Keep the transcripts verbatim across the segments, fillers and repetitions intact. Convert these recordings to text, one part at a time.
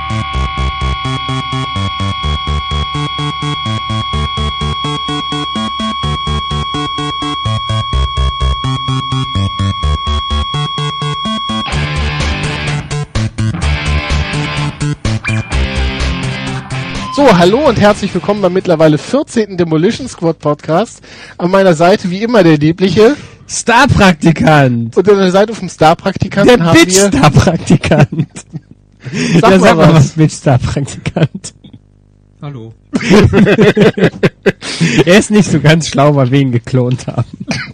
So, hallo und herzlich willkommen beim mittlerweile vierzehnten Demolition Squad Podcast. An meiner Seite wie immer der liebliche Star-Praktikant. Und an der Seite vom Star-Praktikanten der haben wir... Bitch-Star-Praktikant. Sag, ja, mal sag mal was, was Bitch-Star-Praktikant. Hallo. Er ist nicht so ganz schlau, weil wir ihn geklont haben.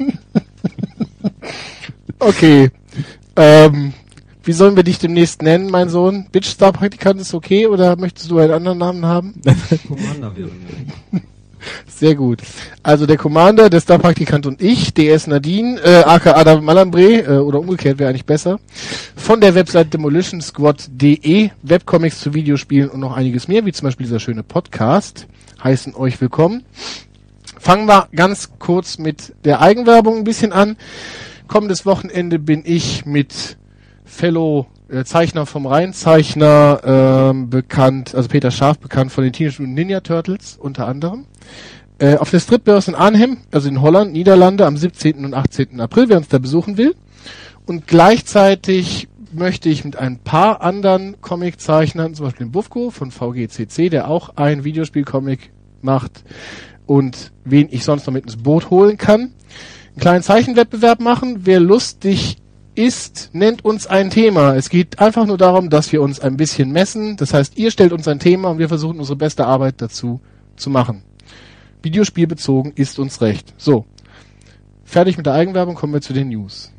Okay, ähm... Wie sollen wir dich demnächst nennen, mein Sohn? Bitch-Star-Praktikant ist okay, oder möchtest du einen anderen Namen haben? Commander wäre gut. Sehr gut. Also der Commander, der Star-Praktikant und ich, D S Nadine, äh, aka Adam Malambre, äh, oder umgekehrt wäre eigentlich besser, von der Website demolition squad punkt de, Webcomics zu Videospielen und noch einiges mehr, wie zum Beispiel dieser schöne Podcast, heißen euch willkommen. Fangen wir ganz kurz mit der Eigenwerbung ein bisschen an. Kommendes Wochenende bin ich mit Fellow äh, Zeichner vom Rheinzeichner ähm, bekannt, also Peter Scharf bekannt von den Teenage Mutant Ninja Turtles unter anderem. Äh, auf der Stripbörse in Arnhem, also in Holland, Niederlande, am siebzehnten und achtzehnten April, wer uns da besuchen will. Und gleichzeitig möchte ich mit ein paar anderen Comiczeichnern, zum Beispiel dem Bufko von V G C C, der auch ein Videospielcomic macht und wen ich sonst noch mit ins Boot holen kann, einen kleinen Zeichenwettbewerb machen. Wer lustig ist, nennt uns ein Thema. Es geht einfach nur darum, dass wir uns ein bisschen messen. Das heißt, ihr stellt uns ein Thema und wir versuchen unsere beste Arbeit dazu zu machen. Videospielbezogen ist uns recht. So, fertig mit der Eigenwerbung, kommen wir zu den News.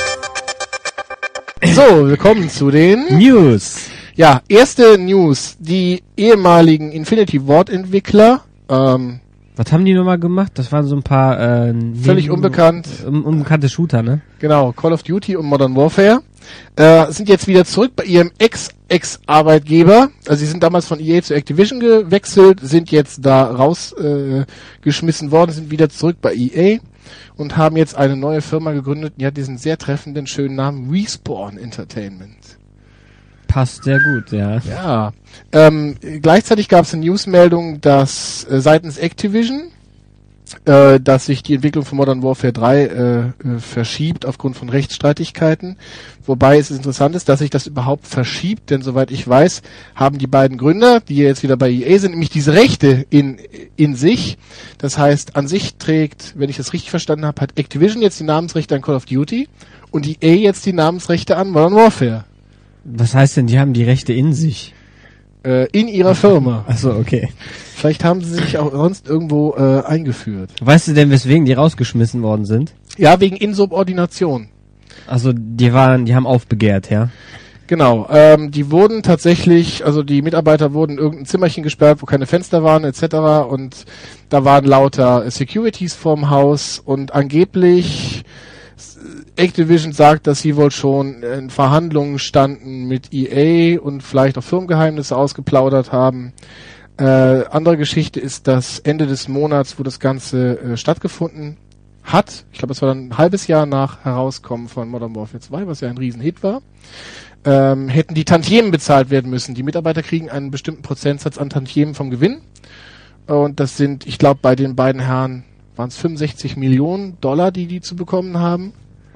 So, wir kommen zu den News. Ja, erste News. Die ehemaligen Infinity Ward Entwickler, ähm, was haben die nochmal gemacht? Das waren so ein paar äh, völlig neben, unbekannt. Un- unbekannte Shooter, ne? Genau, Call of Duty und Modern Warfare, äh, sind jetzt wieder zurück bei ihrem Ex-Ex-Arbeitgeber. Also sie sind damals von E A zu Activision gewechselt, sind jetzt da rausgeschmissen äh, geschmissen worden, sind wieder zurück bei E A und haben jetzt eine neue Firma gegründet, die hat diesen sehr treffenden, schönen Namen Respawn Entertainment. Passt sehr gut, ja. Ja. Ähm, gleichzeitig gab es eine Newsmeldung, dass äh, seitens Activision, äh, dass sich die Entwicklung von Modern Warfare drei äh, äh, verschiebt aufgrund von Rechtsstreitigkeiten. Wobei es interessant ist, dass sich das überhaupt verschiebt, denn soweit ich weiß, haben die beiden Gründer, die jetzt wieder bei E A sind, nämlich diese Rechte in in sich. Das heißt, an sich trägt, wenn ich das richtig verstanden habe, hat Activision jetzt die Namensrechte an Call of Duty und E A jetzt die Namensrechte an Modern Warfare. Was heißt denn, die haben die Rechte in sich? Äh, in ihrer Firma. Achso, okay. Vielleicht haben sie sich auch sonst irgendwo äh, eingeführt. Weißt du denn, weswegen die rausgeschmissen worden sind? Ja, wegen Insubordination. Also die waren, die haben aufbegehrt, ja? Genau, ähm, die wurden tatsächlich, also die Mitarbeiter wurden in irgendein Zimmerchen gesperrt, wo keine Fenster waren et cetera. Und da waren lauter Securities vorm Haus und angeblich Activision sagt, dass sie wohl schon in Verhandlungen standen mit E A und vielleicht auch Firmengeheimnisse ausgeplaudert haben. Äh, andere Geschichte ist, dass Ende des Monats, wo das Ganze äh, stattgefunden hat, ich glaube, es war dann ein halbes Jahr nach Herauskommen von Modern Warfare zwei, was ja ein Riesenhit war, ähm, hätten die Tantiemen bezahlt werden müssen. Die Mitarbeiter kriegen einen bestimmten Prozentsatz an Tantiemen vom Gewinn. Und das sind, ich glaube, bei den beiden Herren waren es fünfundsechzig Millionen Dollar, die die zu bekommen haben.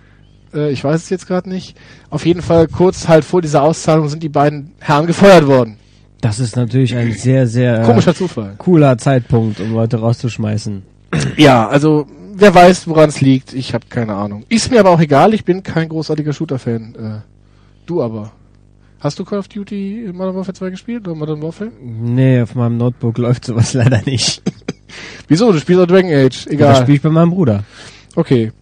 Ich weiß es jetzt gerade nicht. Auf jeden Fall kurz halt vor dieser Auszahlung sind die beiden Herren gefeuert worden. Das ist natürlich ein sehr, sehr komischer Zufall. Cooler Zeitpunkt, um Leute rauszuschmeißen. Ja, also wer weiß, woran es liegt. Ich habe keine Ahnung. Ist mir aber auch egal. Ich bin kein großartiger Shooter-Fan. Äh, du aber. Hast du Call of Duty Modern Warfare zwei gespielt oder Modern Warfare? Nee, auf meinem Notebook läuft sowas leider nicht. Wieso? Du spielst auch Dragon Age. Egal. Das spiele ich bei meinem Bruder. Okay.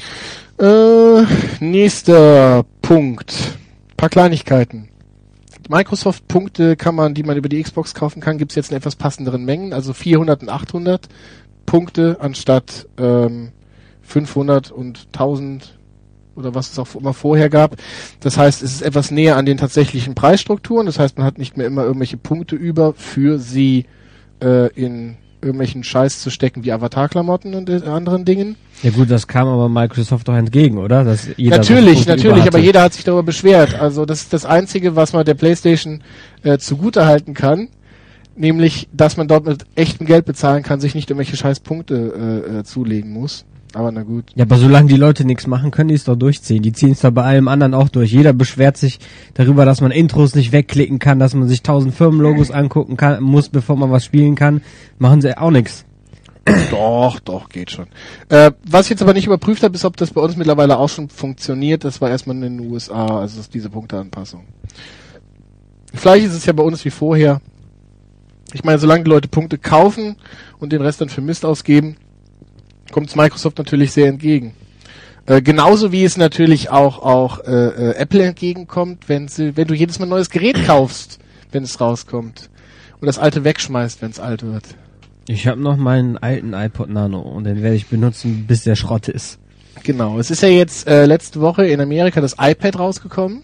Äh, nächster Punkt. Ein paar Kleinigkeiten. Microsoft-Punkte kann man, die man über die Xbox kaufen kann, gibt's jetzt in etwas passenderen Mengen, also vierhundert und achthundert Punkte anstatt ähm, fünfhundert und tausend oder was es auch immer vorher gab. Das heißt, es ist etwas näher an den tatsächlichen Preisstrukturen. Das heißt, man hat nicht mehr immer irgendwelche Punkte über, für sie äh, in irgendwelchen Scheiß zu stecken wie Avatar-Klamotten und äh, anderen Dingen. Ja gut, das kam aber Microsoft doch entgegen, oder? Dass jeder Natürlich, so Punkte natürlich, über aber hatte. jeder hat sich darüber beschwert. Also das ist das Einzige, was man der PlayStation äh, zugutehalten kann, nämlich, dass man dort mit echtem Geld bezahlen kann, sich nicht irgendwelche scheiß Punkte äh, äh, zulegen muss. Aber na gut. Ja, aber solange die Leute nichts machen, können die es doch durchziehen. Die ziehen es doch bei allem anderen auch durch. Jeder beschwert sich darüber, dass man Intros nicht wegklicken kann, dass man sich tausend Firmenlogos angucken kann, muss, bevor man was spielen kann. Machen sie auch nichts. Doch, doch, geht schon. Äh, was ich jetzt aber nicht überprüft habe, ist, ob das bei uns mittlerweile auch schon funktioniert. Das war erstmal in den U S A, also das ist diese Punkteanpassung. Vielleicht ist es ja bei uns wie vorher. Ich meine, solange die Leute Punkte kaufen und den Rest dann für Mist ausgeben, kommt es Microsoft natürlich sehr entgegen. Äh, genauso wie es natürlich auch auch äh, äh, Apple entgegenkommt, wenn sie, wenn du jedes Mal ein neues Gerät kaufst, wenn es rauskommt, und das alte wegschmeißt, wenn es alt wird. Ich habe noch meinen alten iPod Nano und den werde ich benutzen, bis der Schrott ist. Genau. Es ist ja jetzt äh, letzte Woche in Amerika das iPad rausgekommen.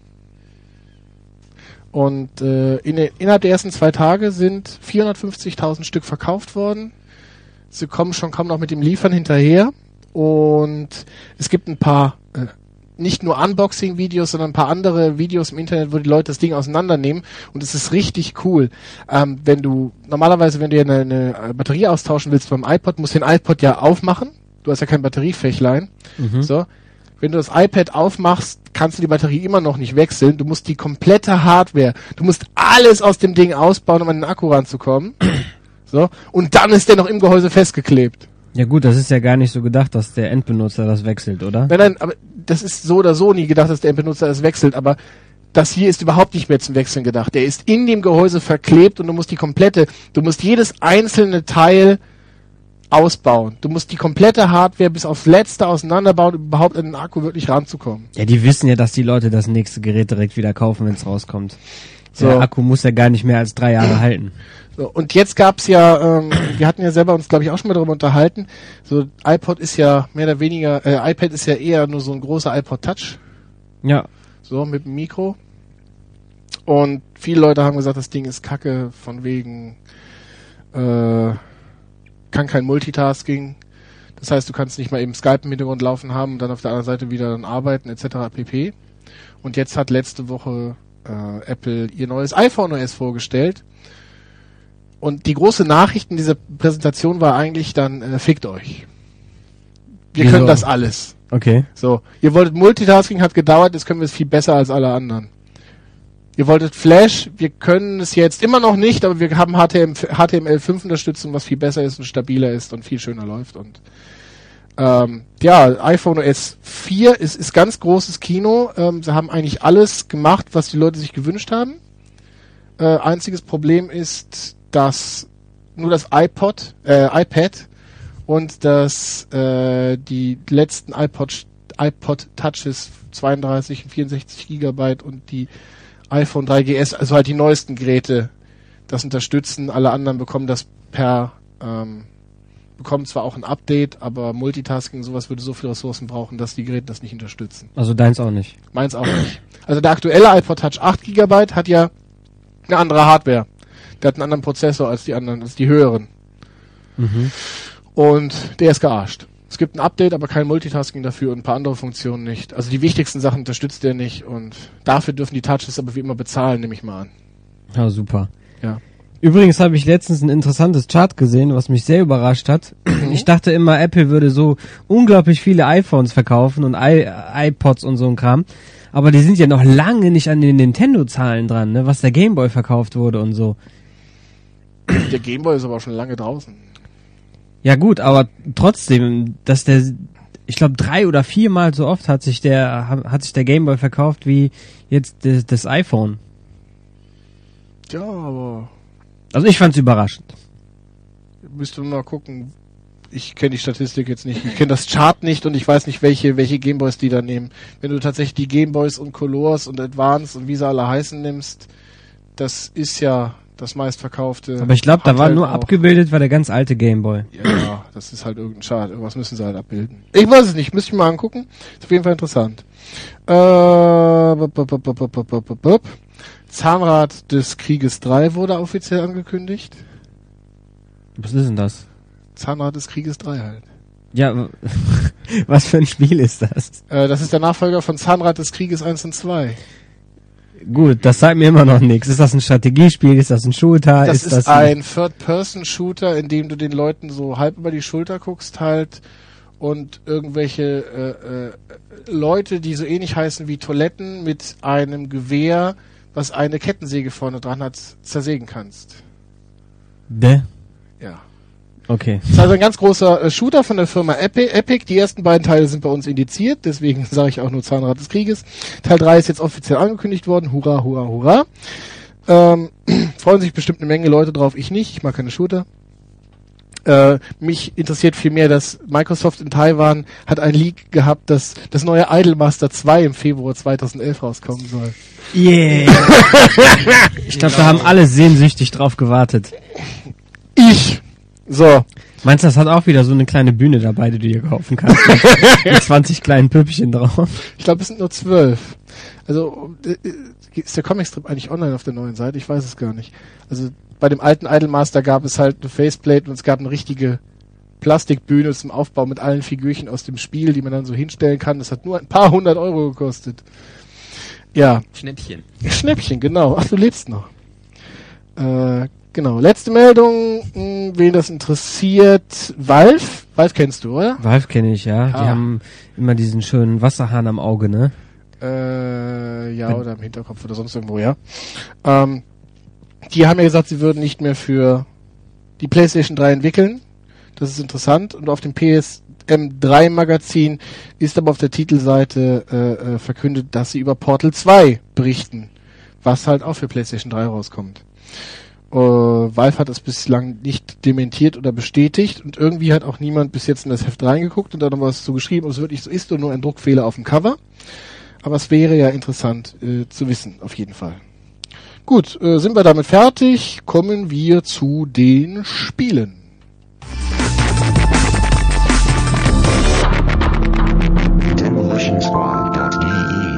Und äh, in, innerhalb der ersten zwei Tage sind vierhundertfünfzigtausend Stück verkauft worden. Sie kommen schon kaum noch mit dem Liefern hinterher. Und es gibt ein paar, äh, nicht nur Unboxing-Videos, sondern ein paar andere Videos im Internet, wo die Leute das Ding auseinandernehmen. Und es ist richtig cool. Ähm, wenn du, normalerweise, wenn du eine, eine Batterie austauschen willst beim iPod, musst du den iPod ja aufmachen. Du hast ja kein Batteriefächlein. Mhm. So. Wenn du das iPad aufmachst, kannst du die Batterie immer noch nicht wechseln. Du musst die komplette Hardware, du musst alles aus dem Ding ausbauen, um an den Akku ranzukommen. So. Und dann ist der noch im Gehäuse festgeklebt. Ja gut, das ist ja gar nicht so gedacht, dass der Endbenutzer das wechselt, oder? Nein, nein, aber das ist so oder so nie gedacht, dass der Endbenutzer es wechselt, aber das hier ist überhaupt nicht mehr zum Wechseln gedacht. Der ist in dem Gehäuse verklebt und du musst die komplette, du musst jedes einzelne Teil ausbauen. Du musst die komplette Hardware bis aufs Letzte auseinanderbauen, um überhaupt an den Akku wirklich ranzukommen. Ja, die wissen ja, dass die Leute das nächste Gerät direkt wieder kaufen, wenn es rauskommt. So. Der Akku muss ja gar nicht mehr als drei Jahre halten. So, und jetzt gab's ja, ähm, wir hatten ja selber uns, glaube ich, auch schon mal darüber unterhalten, so iPod ist ja mehr oder weniger, äh, iPad ist ja eher nur so ein großer iPod Touch, Ja. so mit dem Mikro. Und viele Leute haben gesagt, das Ding ist kacke, von wegen, äh, kann kein Multitasking. Das heißt, du kannst nicht mal eben Skype im Hintergrund laufen haben und dann auf der anderen Seite wieder dann arbeiten, et cetera pp. Und jetzt hat letzte Woche äh, Apple ihr neues iPhone O S vorgestellt. Und die große Nachricht in dieser Präsentation war eigentlich dann, äh, fickt euch. Wir Wieso? können das alles. Okay. So, ihr wolltet Multitasking, hat gedauert, jetzt können wir es viel besser als alle anderen. Ihr wolltet Flash, wir können es jetzt immer noch nicht, aber wir haben H T M L fünf Unterstützung, was viel besser ist und stabiler ist und viel schöner läuft. Und ähm, ja, iPhone O S vier ist, ist ganz großes Kino. Ähm, sie haben eigentlich alles gemacht, was die Leute sich gewünscht haben. Äh, einziges Problem ist, dass nur das iPod, äh, iPad und das äh, die letzten iPod iPod Touches zweiunddreißig und vierundsechzig Gigabyte und die iPhone drei G S, also halt die neuesten Geräte, das unterstützen. Alle anderen bekommen das per, ähm, bekommen zwar auch ein Update, aber Multitasking und sowas würde so viele Ressourcen brauchen, dass die Geräte das nicht unterstützen. Also deins auch nicht. Meins auch nicht. Also der aktuelle iPod Touch acht Gigabyte hat ja eine andere Hardware. Der hat einen anderen Prozessor als die anderen, als die höheren. Mhm. Und der ist gearscht. Es gibt ein Update, aber kein Multitasking dafür und ein paar andere Funktionen nicht. Also die wichtigsten Sachen unterstützt der nicht und dafür dürfen die Touches aber wie immer bezahlen, nehme ich mal an. Ja, super. Ja. Übrigens habe ich letztens ein interessantes Chart gesehen, was mich sehr überrascht hat. Ich dachte immer, Apple würde so unglaublich viele iPhones verkaufen und I- iPods und so ein Kram. Aber die sind ja noch lange nicht an den Nintendo-Zahlen dran, ne? Was der Gameboy verkauft wurde und so. Der Gameboy ist aber auch schon lange draußen. Ja gut, aber trotzdem, dass der, ich glaube drei oder viermal so oft hat sich der hat sich der Gameboy verkauft wie jetzt das, das iPhone. Ja, aber Also ich fand's überraschend. müsste man mal gucken. Ich kenne die Statistik jetzt nicht. Ich kenne das Chart nicht und ich weiß nicht, welche welche Gameboys die da nehmen. Wenn du tatsächlich die Gameboys und Colors und Advance und wie sie alle heißen nimmst, das ist ja das meistverkaufte. Aber ich glaube, da Hat war halt nur auch- abgebildet, war der ganz alte Gameboy. Ja, das ist halt irgendein Chart. Irgendwas müssen sie halt abbilden. Ich weiß es nicht. Müsste ich mal angucken. Ist auf jeden Fall interessant. Äh, bup, bup, bup, bup, bup, bup, bup, bup. Zahnrad des Krieges drei wurde offiziell angekündigt. Was ist denn das? Zahnrad des Krieges drei halt. Ja, was für ein Spiel ist das? Äh, das ist der Nachfolger von Zahnrad des Krieges eins und zwei. Gut, das sagt mir immer noch nichts. Ist das ein Strategiespiel? Ist das ein Shooter? Das ist, ist, das ein Third-Person-Shooter, in dem du den Leuten so halb über die Schulter guckst halt und irgendwelche äh, äh, Leute, die so ähnlich heißen wie Toiletten, mit einem Gewehr, was eine Kettensäge vorne dran hat, zersägen kannst. De? Ja. Okay. Das ist also ein ganz großer äh, Shooter von der Firma Epi- Epic. Die ersten beiden Teile sind bei uns indiziert, deswegen sage ich auch nur Zahnrad des Krieges. Teil drei ist jetzt offiziell angekündigt worden. Hurra, hurra, hurra. Ähm, freuen sich bestimmt eine Menge Leute drauf. Ich nicht, ich mag keine Shooter. Äh, mich interessiert viel mehr, dass Microsoft in Taiwan hat ein Leak gehabt, dass das neue Idolmaster zwei im Februar zweitausendelf rauskommen soll. Yeah. Ich glaube, da haben alle sehnsüchtig drauf gewartet. Ich! So. Meinst du, das hat auch wieder so eine kleine Bühne dabei, die du dir kaufen kannst? Mit zwanzig kleinen Püppchen drauf. Ich glaube, es sind nur zwölf. Also, äh, ist der Comicstrip eigentlich online auf der neuen Seite? Ich weiß es gar nicht. Also, bei dem alten Idolmaster gab es halt eine Faceplate und es gab eine richtige Plastikbühne zum Aufbau mit allen Figürchen aus dem Spiel, die man dann so hinstellen kann. Das hat nur ein paar hundert Euro gekostet. Ja. Schnäppchen. Schnäppchen, genau. Ach, du lebst noch. Äh, genau. Letzte Meldung, mh, wen das interessiert. Valve. Valve kennst du, oder? Valve kenne ich, ja. Ah. Die haben immer diesen schönen Wasserhahn am Auge, ne? Äh, ja, oder im Hinterkopf oder sonst irgendwo, ja. Ähm, die haben ja gesagt, sie würden nicht mehr für die PlayStation drei entwickeln. Das ist interessant. Und auf dem P S M drei Magazin ist aber auf der Titelseite äh, äh, verkündet, dass sie über Portal zwei berichten, was halt auch für PlayStation drei rauskommt. Äh, Valve hat es bislang nicht dementiert oder bestätigt und irgendwie hat auch niemand bis jetzt in das Heft reingeguckt und da noch was so geschrieben, ob es wirklich so ist oder nur ein Druckfehler auf dem Cover. Aber es wäre ja interessant äh, zu wissen, auf jeden Fall. Gut, äh, sind wir damit fertig, kommen wir zu den Spielen. demolition squad dot d e.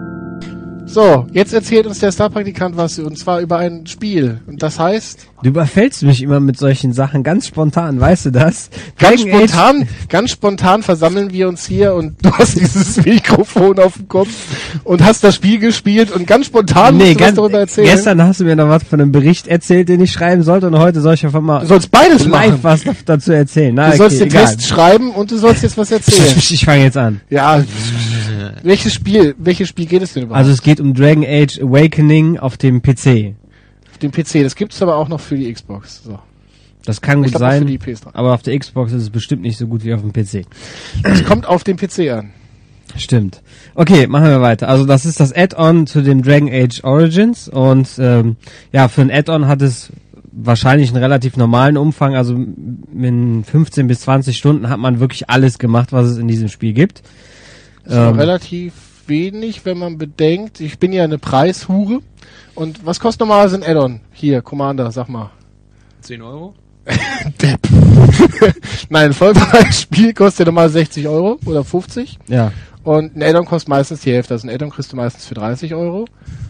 So, jetzt erzählt uns der Starpraktikant was, und zwar über ein Spiel. Und das heißt... Du überfällst mich immer mit solchen Sachen ganz spontan, weißt du das? Ganz Dragon Age- spontan, ganz spontan versammeln wir uns hier und du hast dieses Mikrofon auf dem Kopf und hast das Spiel gespielt und ganz spontan Nee, musst du was ganz, darüber erzählen. gestern hast du mir noch was von einem Bericht erzählt, den ich schreiben sollte, und heute soll ich einfach mal Du sollst beides live machen. was dazu erzählen. Na, Du sollst okay, den egal. Test schreiben und du sollst jetzt was erzählen. Ich fange jetzt an. Ja, welches Spiel, welches Spiel geht es denn überhaupt? Also es geht um Dragon Age Awakening auf dem P C. Auf dem P C, das gibt's aber auch noch für die Xbox. So. Das kann Ich gut glaub auch für sein, die P S drei. aber auf der Xbox ist es bestimmt nicht so gut wie auf dem P C. Es kommt auf den P C an. Stimmt. Okay, machen wir weiter. Also das ist das Add-on zu dem Dragon Age Origins und ähm, ja, für ein Add-on hat es wahrscheinlich einen relativ normalen Umfang. Also in fünfzehn bis zwanzig Stunden hat man wirklich alles gemacht, was es in diesem Spiel gibt. Das ist noch Ähm, relativ wenig, wenn man bedenkt, ich bin ja eine Preishure. Und was kostet normalerweise ein Add-on? Hier, Commander, sag mal. zehn Euro? Depp. Nein, ein Vollpreisspiel kostet ja normal sechzig Euro oder fünfzig. Ja. Und ein Add-on kostet meistens die Hälfte. Also ein Add-on kriegst du meistens für dreißig Euro.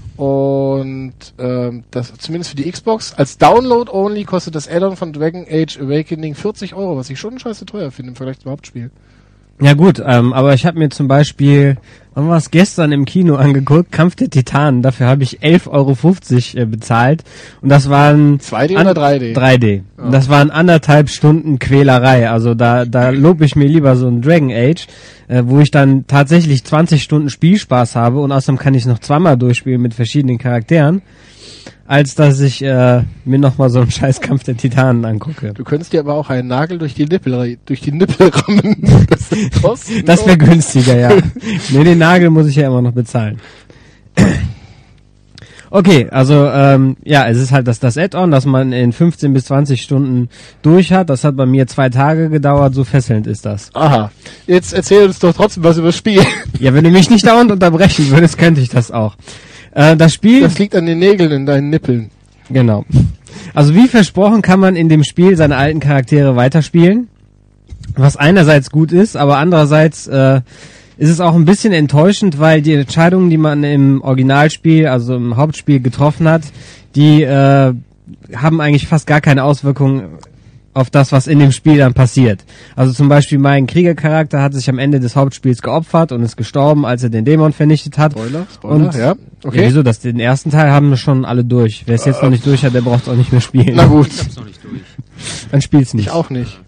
Und ähm, das zumindest für die Xbox. Als Download-only kostet das Add-on von Dragon Age Awakening vierzig Euro, was ich schon scheiße teuer finde im Vergleich zum Hauptspiel. Ja gut, ähm, aber ich habe mir zum Beispiel, wann war es, gestern im Kino angeguckt, Kampf der Titanen, dafür habe ich elf Euro fünfzig äh, bezahlt und das waren... zwei D oder drei D? drei D. Ja. Und das waren anderthalb Stunden Quälerei, also da, da lobe ich mir lieber so ein Dragon Age, äh, wo ich dann tatsächlich zwanzig Stunden Spielspaß habe und außerdem kann ich noch zweimal durchspielen mit verschiedenen Charakteren, als dass ich äh, mir nochmal so einen scheiß Kampf der Titanen angucke. Du könntest dir aber auch einen Nagel durch die Nippel, durch die Nippel rammen. Das ist kosten. Das wäre günstiger, ja. Nee, den Nagel muss ich ja immer noch bezahlen. Okay, also ähm, ja, es ist halt das, das Add-on, das man in fünfzehn bis zwanzig Stunden durch hat. Das hat bei mir zwei Tage gedauert, so fesselnd ist das. Aha. Jetzt erzähl uns doch trotzdem was über das Spiel. Ja, wenn du mich nicht dauernd unterbrechen würdest, könnte ich das auch. Äh, das Spiel... Das liegt an den Nägeln in deinen Nippeln. Genau. Also wie versprochen kann man in dem Spiel seine alten Charaktere weiterspielen, was einerseits gut ist, aber andererseits äh, ist es auch ein bisschen enttäuschend, weil die Entscheidungen, die man im Originalspiel, also im Hauptspiel getroffen hat, die äh, haben eigentlich fast gar keine Auswirkungen auf das, was in dem Spiel dann passiert. Also zum Beispiel mein Kriegercharakter hat sich am Ende des Hauptspiels geopfert und ist gestorben, als er den Dämon vernichtet hat. Spoiler, Spoiler, und, ja. Okay. Ja, wieso? Das, den ersten Teil haben wir schon alle durch. Wer es jetzt noch nicht durch hat, der braucht es auch nicht mehr spielen. Na gut, Ich hab's noch nicht durch. Dann spielt's nicht. ich auch nicht.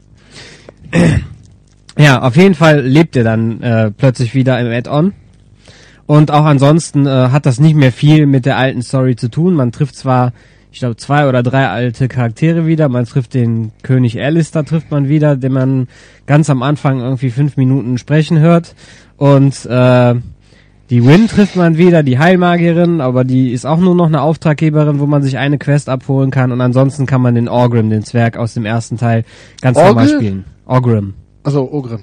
Ja, auf jeden Fall lebt er dann äh, plötzlich wieder im Add-on. Und auch ansonsten äh, hat das nicht mehr viel mit der alten Story zu tun. Man trifft zwar, ich glaube, zwei oder drei alte Charaktere wieder. Man trifft den König Alistair, trifft man wieder, den man ganz am Anfang irgendwie fünf Minuten sprechen hört. Und äh, die Wynn trifft man wieder, die Heilmagierin, aber die ist auch nur noch eine Auftraggeberin, wo man sich eine Quest abholen kann. Und ansonsten kann man den Orgrim, den Zwerg aus dem ersten Teil, ganz Orgel? normal spielen. Orgrim. Also Ogrim.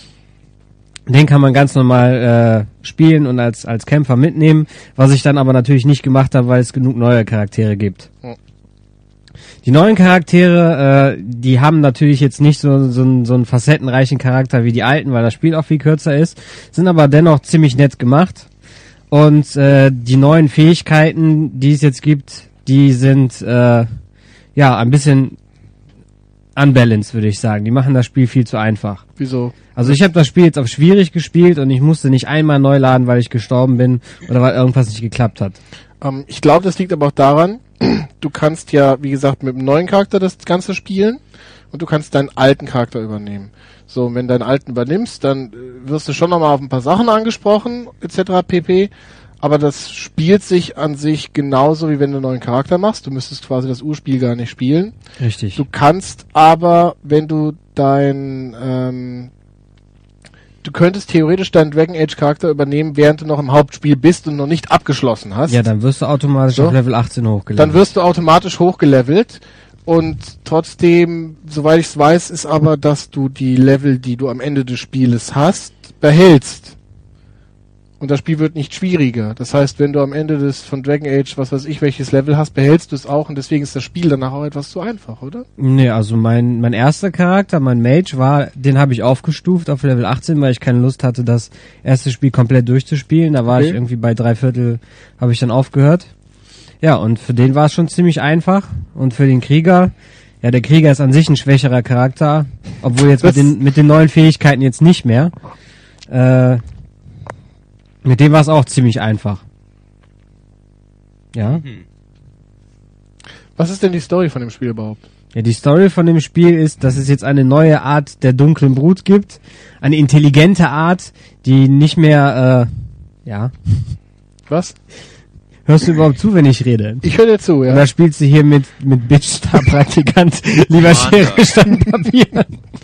Den kann man ganz normal äh, spielen und als als Kämpfer mitnehmen, was ich dann aber natürlich nicht gemacht habe, weil es genug neue Charaktere gibt. Ja. Die neuen Charaktere, äh, die haben natürlich jetzt nicht so, so, einen, so einen facettenreichen Charakter wie die alten, weil das Spiel auch viel kürzer ist, sind aber dennoch ziemlich nett gemacht. Und äh, die neuen Fähigkeiten, die es jetzt gibt, die sind äh, ja ein bisschen unbalanced, würde ich sagen. Die machen das Spiel viel zu einfach. Wieso? Also ich habe das Spiel jetzt auf schwierig gespielt und ich musste nicht einmal neu laden, weil ich gestorben bin oder weil irgendwas nicht geklappt hat. Ähm, ich glaube, das liegt aber auch daran, du kannst ja, wie gesagt, mit einem neuen Charakter das Ganze spielen und du kannst deinen alten Charakter übernehmen. So, und wenn du deinen alten übernimmst, dann äh, wirst du schon nochmal auf ein paar Sachen angesprochen, et cetera pp. Aber das spielt sich an sich genauso, wie wenn du einen neuen Charakter machst. Du müsstest quasi das Urspiel gar nicht spielen. Richtig. Du kannst aber, wenn du dein, ähm, du könntest theoretisch deinen Dragon Age Charakter übernehmen, während du noch im Hauptspiel bist und noch nicht abgeschlossen hast. Ja, dann wirst du automatisch So. auf Level achtzehn hochgelevelt. Dann wirst du automatisch hochgelevelt. Und trotzdem, soweit ich es weiß, ist aber, dass du die Level, die du am Ende des Spieles hast, behältst. Und das Spiel wird nicht schwieriger. Das heißt, wenn du am Ende des von Dragon Age, was weiß ich, welches Level hast, behältst du es auch und deswegen ist das Spiel danach auch etwas zu einfach, oder? Nee, also mein mein erster Charakter, mein Mage, war, den habe ich aufgestuft auf Level achtzehn, weil ich keine Lust hatte, das erste Spiel komplett durchzuspielen. Da war Okay. ich irgendwie bei drei Viertel, habe ich dann aufgehört. Ja, und für den war es schon ziemlich einfach. Und für den Krieger, ja, der Krieger ist an sich ein schwächerer Charakter, obwohl jetzt mit Das- den mit den neuen Fähigkeiten jetzt nicht mehr. Äh, mit dem war es auch ziemlich einfach. Ja. Was ist denn die Story von dem Spiel überhaupt? Ja, die Story von dem Spiel ist, dass es jetzt eine neue Art der dunklen Brut gibt. Eine intelligente Art, die nicht mehr, äh, ja. Was? Hörst du überhaupt zu, wenn ich rede? Ich höre dir zu, ja. Oder spielst du hier mit, mit Bitch-Star-Praktikant lieber Schere, Stein, Papier?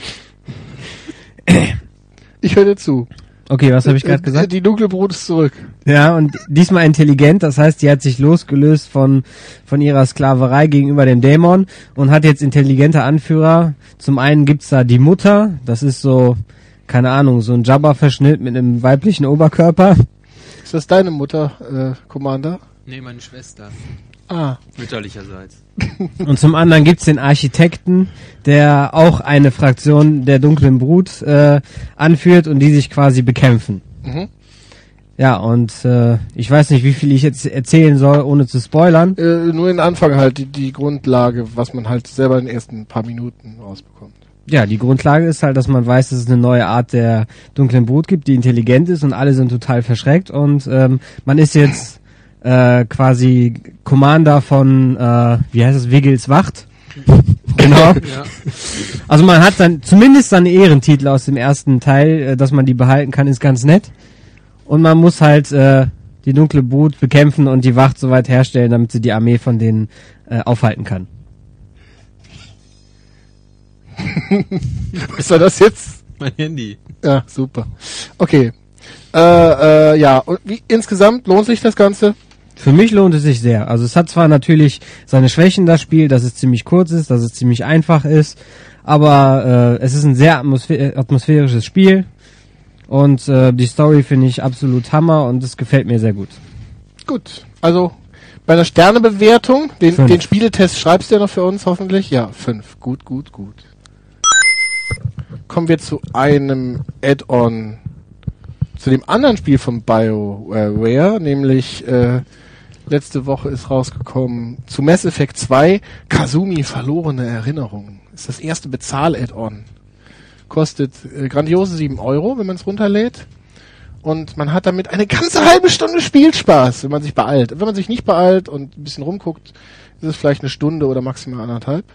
Ich höre dir zu. Okay, was habe ich gerade gesagt? Die dunkle Brut ist zurück. Ja, und diesmal intelligent, das heißt, die hat sich losgelöst von von ihrer Sklaverei gegenüber dem Dämon und hat jetzt intelligente Anführer. Zum einen gibt's da die Mutter, das ist so, keine Ahnung, so ein Jabba-Verschnitt mit einem weiblichen Oberkörper. Ist das deine Mutter, äh, Commander? Nee, meine Schwester. Ah. Mütterlicherseits. Und zum anderen gibt's den Architekten, der auch eine Fraktion der dunklen Brut äh, anführt und die sich quasi bekämpfen. Mhm. Ja, und äh, ich weiß nicht, wie viel ich jetzt erzählen soll, ohne zu spoilern. Äh, nur in Anfang halt die, die Grundlage, was man halt selber in den ersten paar Minuten rausbekommt. Ja, die Grundlage ist halt, dass man weiß, dass es eine neue Art der dunklen Brut gibt, die intelligent ist und alle sind total verschreckt und ähm, man ist jetzt äh, quasi Commander von, äh, wie heißt es, Wiggles Wacht. Genau. Ja. Also man hat dann zumindest seine Ehrentitel aus dem ersten Teil, äh, dass man die behalten kann, ist ganz nett. Und man muss halt äh, die dunkle Brut bekämpfen und die Wacht soweit herstellen, damit sie die Armee von denen äh, aufhalten kann. Was war das jetzt? Mein Handy. Ja, super. Okay. Äh, äh, ja, und wie, insgesamt lohnt sich das Ganze? Für mich lohnt es sich sehr. Also es hat zwar natürlich seine Schwächen, das Spiel, dass es ziemlich kurz ist, dass es ziemlich einfach ist, aber äh, es ist ein sehr atmosphä- atmosphärisches Spiel und äh, die Story finde ich absolut Hammer und es gefällt mir sehr gut. Gut. Also, bei einer Sternebewertung, den, Fünf. den Spieletest schreibst du ja noch für uns, hoffentlich? Ja, fünf. Gut, gut, gut. Kommen wir zu einem Add-on, zu dem anderen Spiel von BioWare, nämlich äh, letzte Woche ist rausgekommen zu Mass Effect zwei Kasumi verlorene Erinnerungen. Ist das erste Bezahl-Add-on. Kostet äh, grandiose sieben Euro, wenn man es runterlädt. Und man hat damit eine ganze halbe Stunde Spielspaß, wenn man sich beeilt. Wenn man sich nicht beeilt und ein bisschen rumguckt, ist es vielleicht eine Stunde oder maximal anderthalb.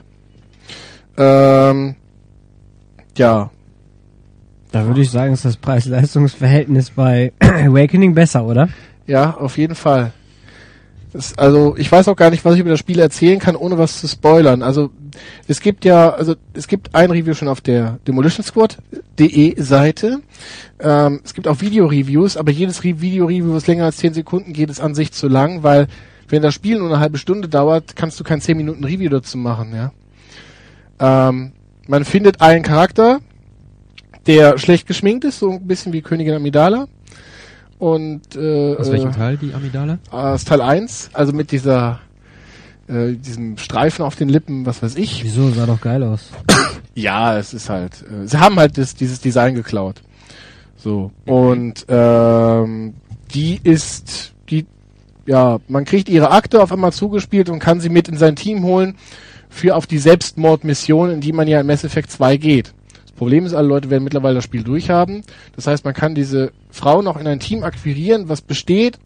Ähm, ja. Da würde ich sagen, ist das Preis-Leistungs-Verhältnis bei Awakening besser, oder? Ja, auf jeden Fall. Das, also ich weiß auch gar nicht, was ich über das Spiel erzählen kann, ohne was zu spoilern. Also es gibt ja, also es gibt ein Review schon auf der Demolition Squad Punkt de Seite. Ähm, es gibt auch Video-Reviews, aber jedes Re- Video-Review, was länger als zehn Sekunden geht, ist an sich zu lang, weil wenn das Spiel nur eine halbe Stunde dauert, kannst du kein zehn Minuten Review dazu machen, ja. Ähm, man findet einen Charakter, der schlecht geschminkt ist, so ein bisschen wie Königin Amidala. Und äh, Aus welchem Teil, die Amidala? Aus Teil eins, also mit dieser äh, diesem Streifen auf den Lippen, was weiß ich. Wieso? Sah doch geil aus. Ja, es ist halt, äh, sie haben halt das, dieses Design geklaut. So. Und ähm, die ist, die, ja, man kriegt ihre Akte auf einmal zugespielt und kann sie mit in sein Team holen für auf die Selbstmordmission, in die man ja in Mass Effect zwei geht. Das Problem ist, alle Leute werden mittlerweile das Spiel durchhaben. Das heißt, man kann diese Frau noch in ein Team akquirieren, was besteht,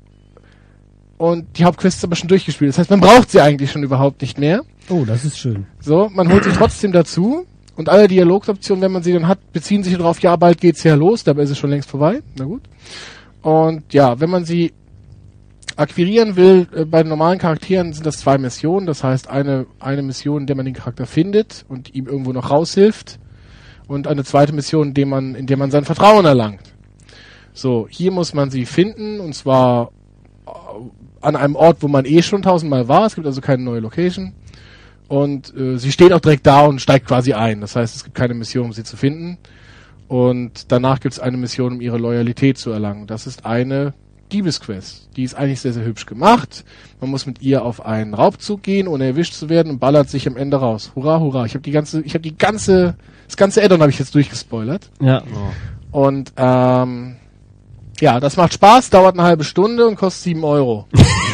und die Hauptquest ist aber schon durchgespielt. Das heißt, man braucht sie eigentlich schon überhaupt nicht mehr. Oh, das ist schön. So, man holt sie trotzdem dazu, und alle Dialogoptionen, wenn man sie dann hat, beziehen sich darauf, ja, bald geht's ja los, dabei ist es schon längst vorbei. Na gut. Und ja, wenn man sie akquirieren will, äh, bei den normalen Charakteren sind das zwei Missionen. Das heißt, eine, eine Mission, in der man den Charakter findet und ihm irgendwo noch raushilft, und eine zweite Mission, in der man, in der man sein Vertrauen erlangt. So, hier muss man sie finden, und zwar äh, an einem Ort, wo man eh schon tausendmal war. Es gibt also keine neue Location. Und äh, sie steht auch direkt da und steigt quasi ein. Das heißt, es gibt keine Mission, um sie zu finden. Und danach gibt es eine Mission, um ihre Loyalität zu erlangen. Das ist eine Diebesquest. Die ist eigentlich sehr, sehr hübsch gemacht. Man muss mit ihr auf einen Raubzug gehen, ohne erwischt zu werden, und ballert sich am Ende raus. Hurra, hurra. Ich habe die ganze, ich habe die ganze, das ganze Add-on habe ich jetzt durchgespoilert. Ja. Oh. Und ähm, ja, das macht Spaß, dauert eine halbe Stunde und kostet sieben Euro.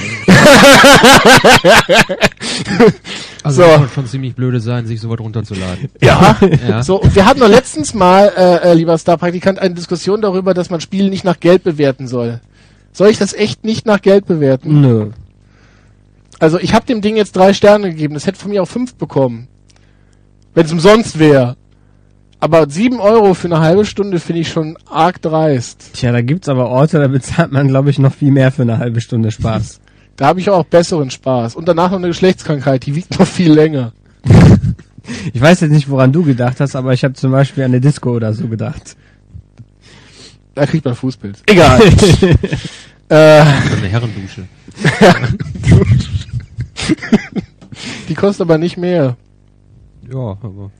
Also So. das kann schon ziemlich blöde sein, sich sowas runterzuladen. Ja. Ja. So, und wir hatten doch letztens mal, äh, äh, lieber Star-Praktikant, eine Diskussion darüber, dass man Spiele nicht nach Geld bewerten soll. Soll ich das echt nicht nach Geld bewerten? Nö. Also ich habe dem Ding jetzt drei Sterne gegeben. Das hätte von mir auch fünf bekommen. Wenn es umsonst wäre. Aber sieben Euro für eine halbe Stunde finde ich schon arg dreist. Tja, da gibt's aber Orte, da bezahlt man, glaube ich, noch viel mehr für eine halbe Stunde Spaß. Da habe ich auch besseren Spaß. Und danach noch eine Geschlechtskrankheit, die wiegt noch viel länger. Ich weiß jetzt nicht, woran du gedacht hast, aber ich habe zum Beispiel an eine Disco oder so gedacht. Da kriegt man Fußpilz. Egal. äh, Eine Herrendusche. die kostet aber nicht mehr. Ja, aber...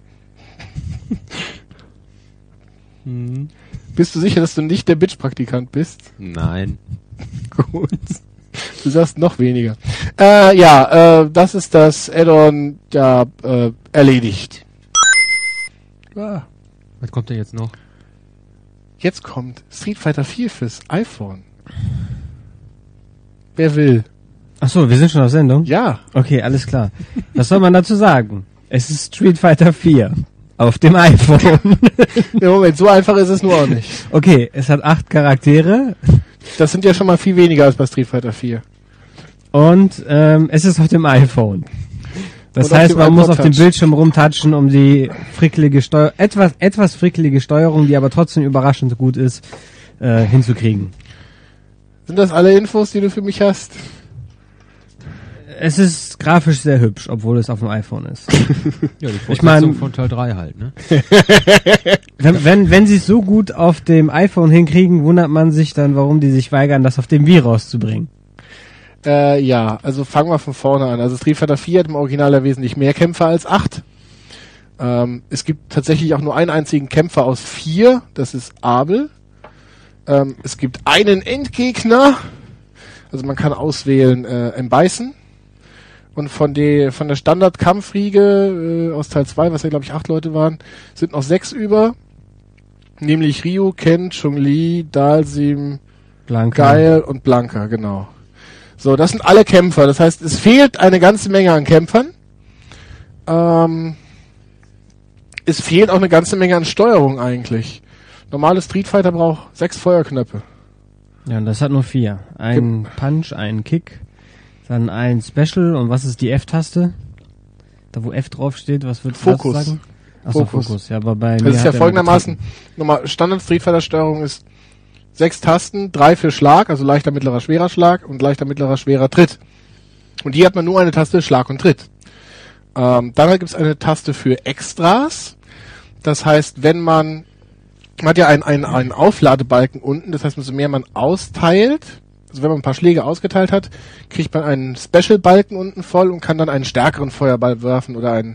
hm. Bist du sicher, dass du nicht der Bitch-Praktikant bist? Nein. Gut. Du sagst noch weniger. Äh, ja, äh, das ist das Add-on, ja, äh, erledigt. Ah. Was kommt denn jetzt noch? Jetzt kommt Street Fighter vier fürs iPhone. Wer will? Ach so, wir sind schon auf Sendung? Ja. Okay, alles klar. Was soll man dazu sagen? Es ist Street Fighter vier. Auf dem iPhone. Im Moment, so einfach ist es nur auch nicht. Okay, es hat acht Charaktere. Das sind ja schon mal viel weniger als bei Street Fighter vier. Und ähm, es ist auf dem iPhone. Das Und auf heißt, dem man muss iPod auf dem Touch. Bildschirm rumtatschen, um die frickelige Steuer etwas etwas frickelige Steuerung, die aber trotzdem überraschend gut ist, äh, hinzukriegen. Sind das alle Infos, die du für mich hast? Es ist grafisch sehr hübsch, obwohl es auf dem iPhone ist. Ja, die Ich mein- Fortsetzung von Teil drei halt, ne? Wenn wenn, wenn sie es so gut auf dem iPhone hinkriegen, wundert man sich dann, warum die sich weigern, das auf dem Wii rauszubringen. Äh, ja, also fangen wir von vorne an. Also Street Fighter vier hat im Original ja wesentlich mehr Kämpfer als acht. Ähm, es gibt tatsächlich auch nur einen einzigen Kämpfer aus vier, das ist Abel. Ähm, es gibt einen Endgegner, also man kann auswählen äh, im Beißen. Und von, die, von der Standard-Kampfriege äh, aus Teil zwei, was ja glaube ich acht Leute waren, sind noch sechs über. Nämlich Ryu, Ken, Chun-Li, Dalsim, Blanca. Geil und Blanca, genau. So, das sind alle Kämpfer. Das heißt, es fehlt eine ganze Menge an Kämpfern. Ähm, es fehlt auch eine ganze Menge an Steuerung eigentlich. Normale Street Fighter braucht sechs Feuerknöpfe. Ja, und das hat nur vier. Ein Punch, ein Kick, dann ein Special und was ist die F-Taste? Da wo F draufsteht, was wird Fokus. das sagen? Achso, Fokus. Fokus. Ja, aber bei mir Das ist ja hat er folgendermaßen, normal Standard Street Fighter Steuerung ist sechs Tasten, drei für Schlag, also leichter, mittlerer, schwerer Schlag und leichter, mittlerer, schwerer Tritt. Und hier hat man nur eine Taste Schlag und Tritt. Ähm, dann gibt es eine Taste für Extras. Das heißt, wenn man, man hat ja einen, einen, einen Aufladebalken unten, das heißt, umso mehr man austeilt, also wenn man ein paar Schläge ausgeteilt hat, kriegt man einen Special-Balken unten voll und kann dann einen stärkeren Feuerball werfen oder einen,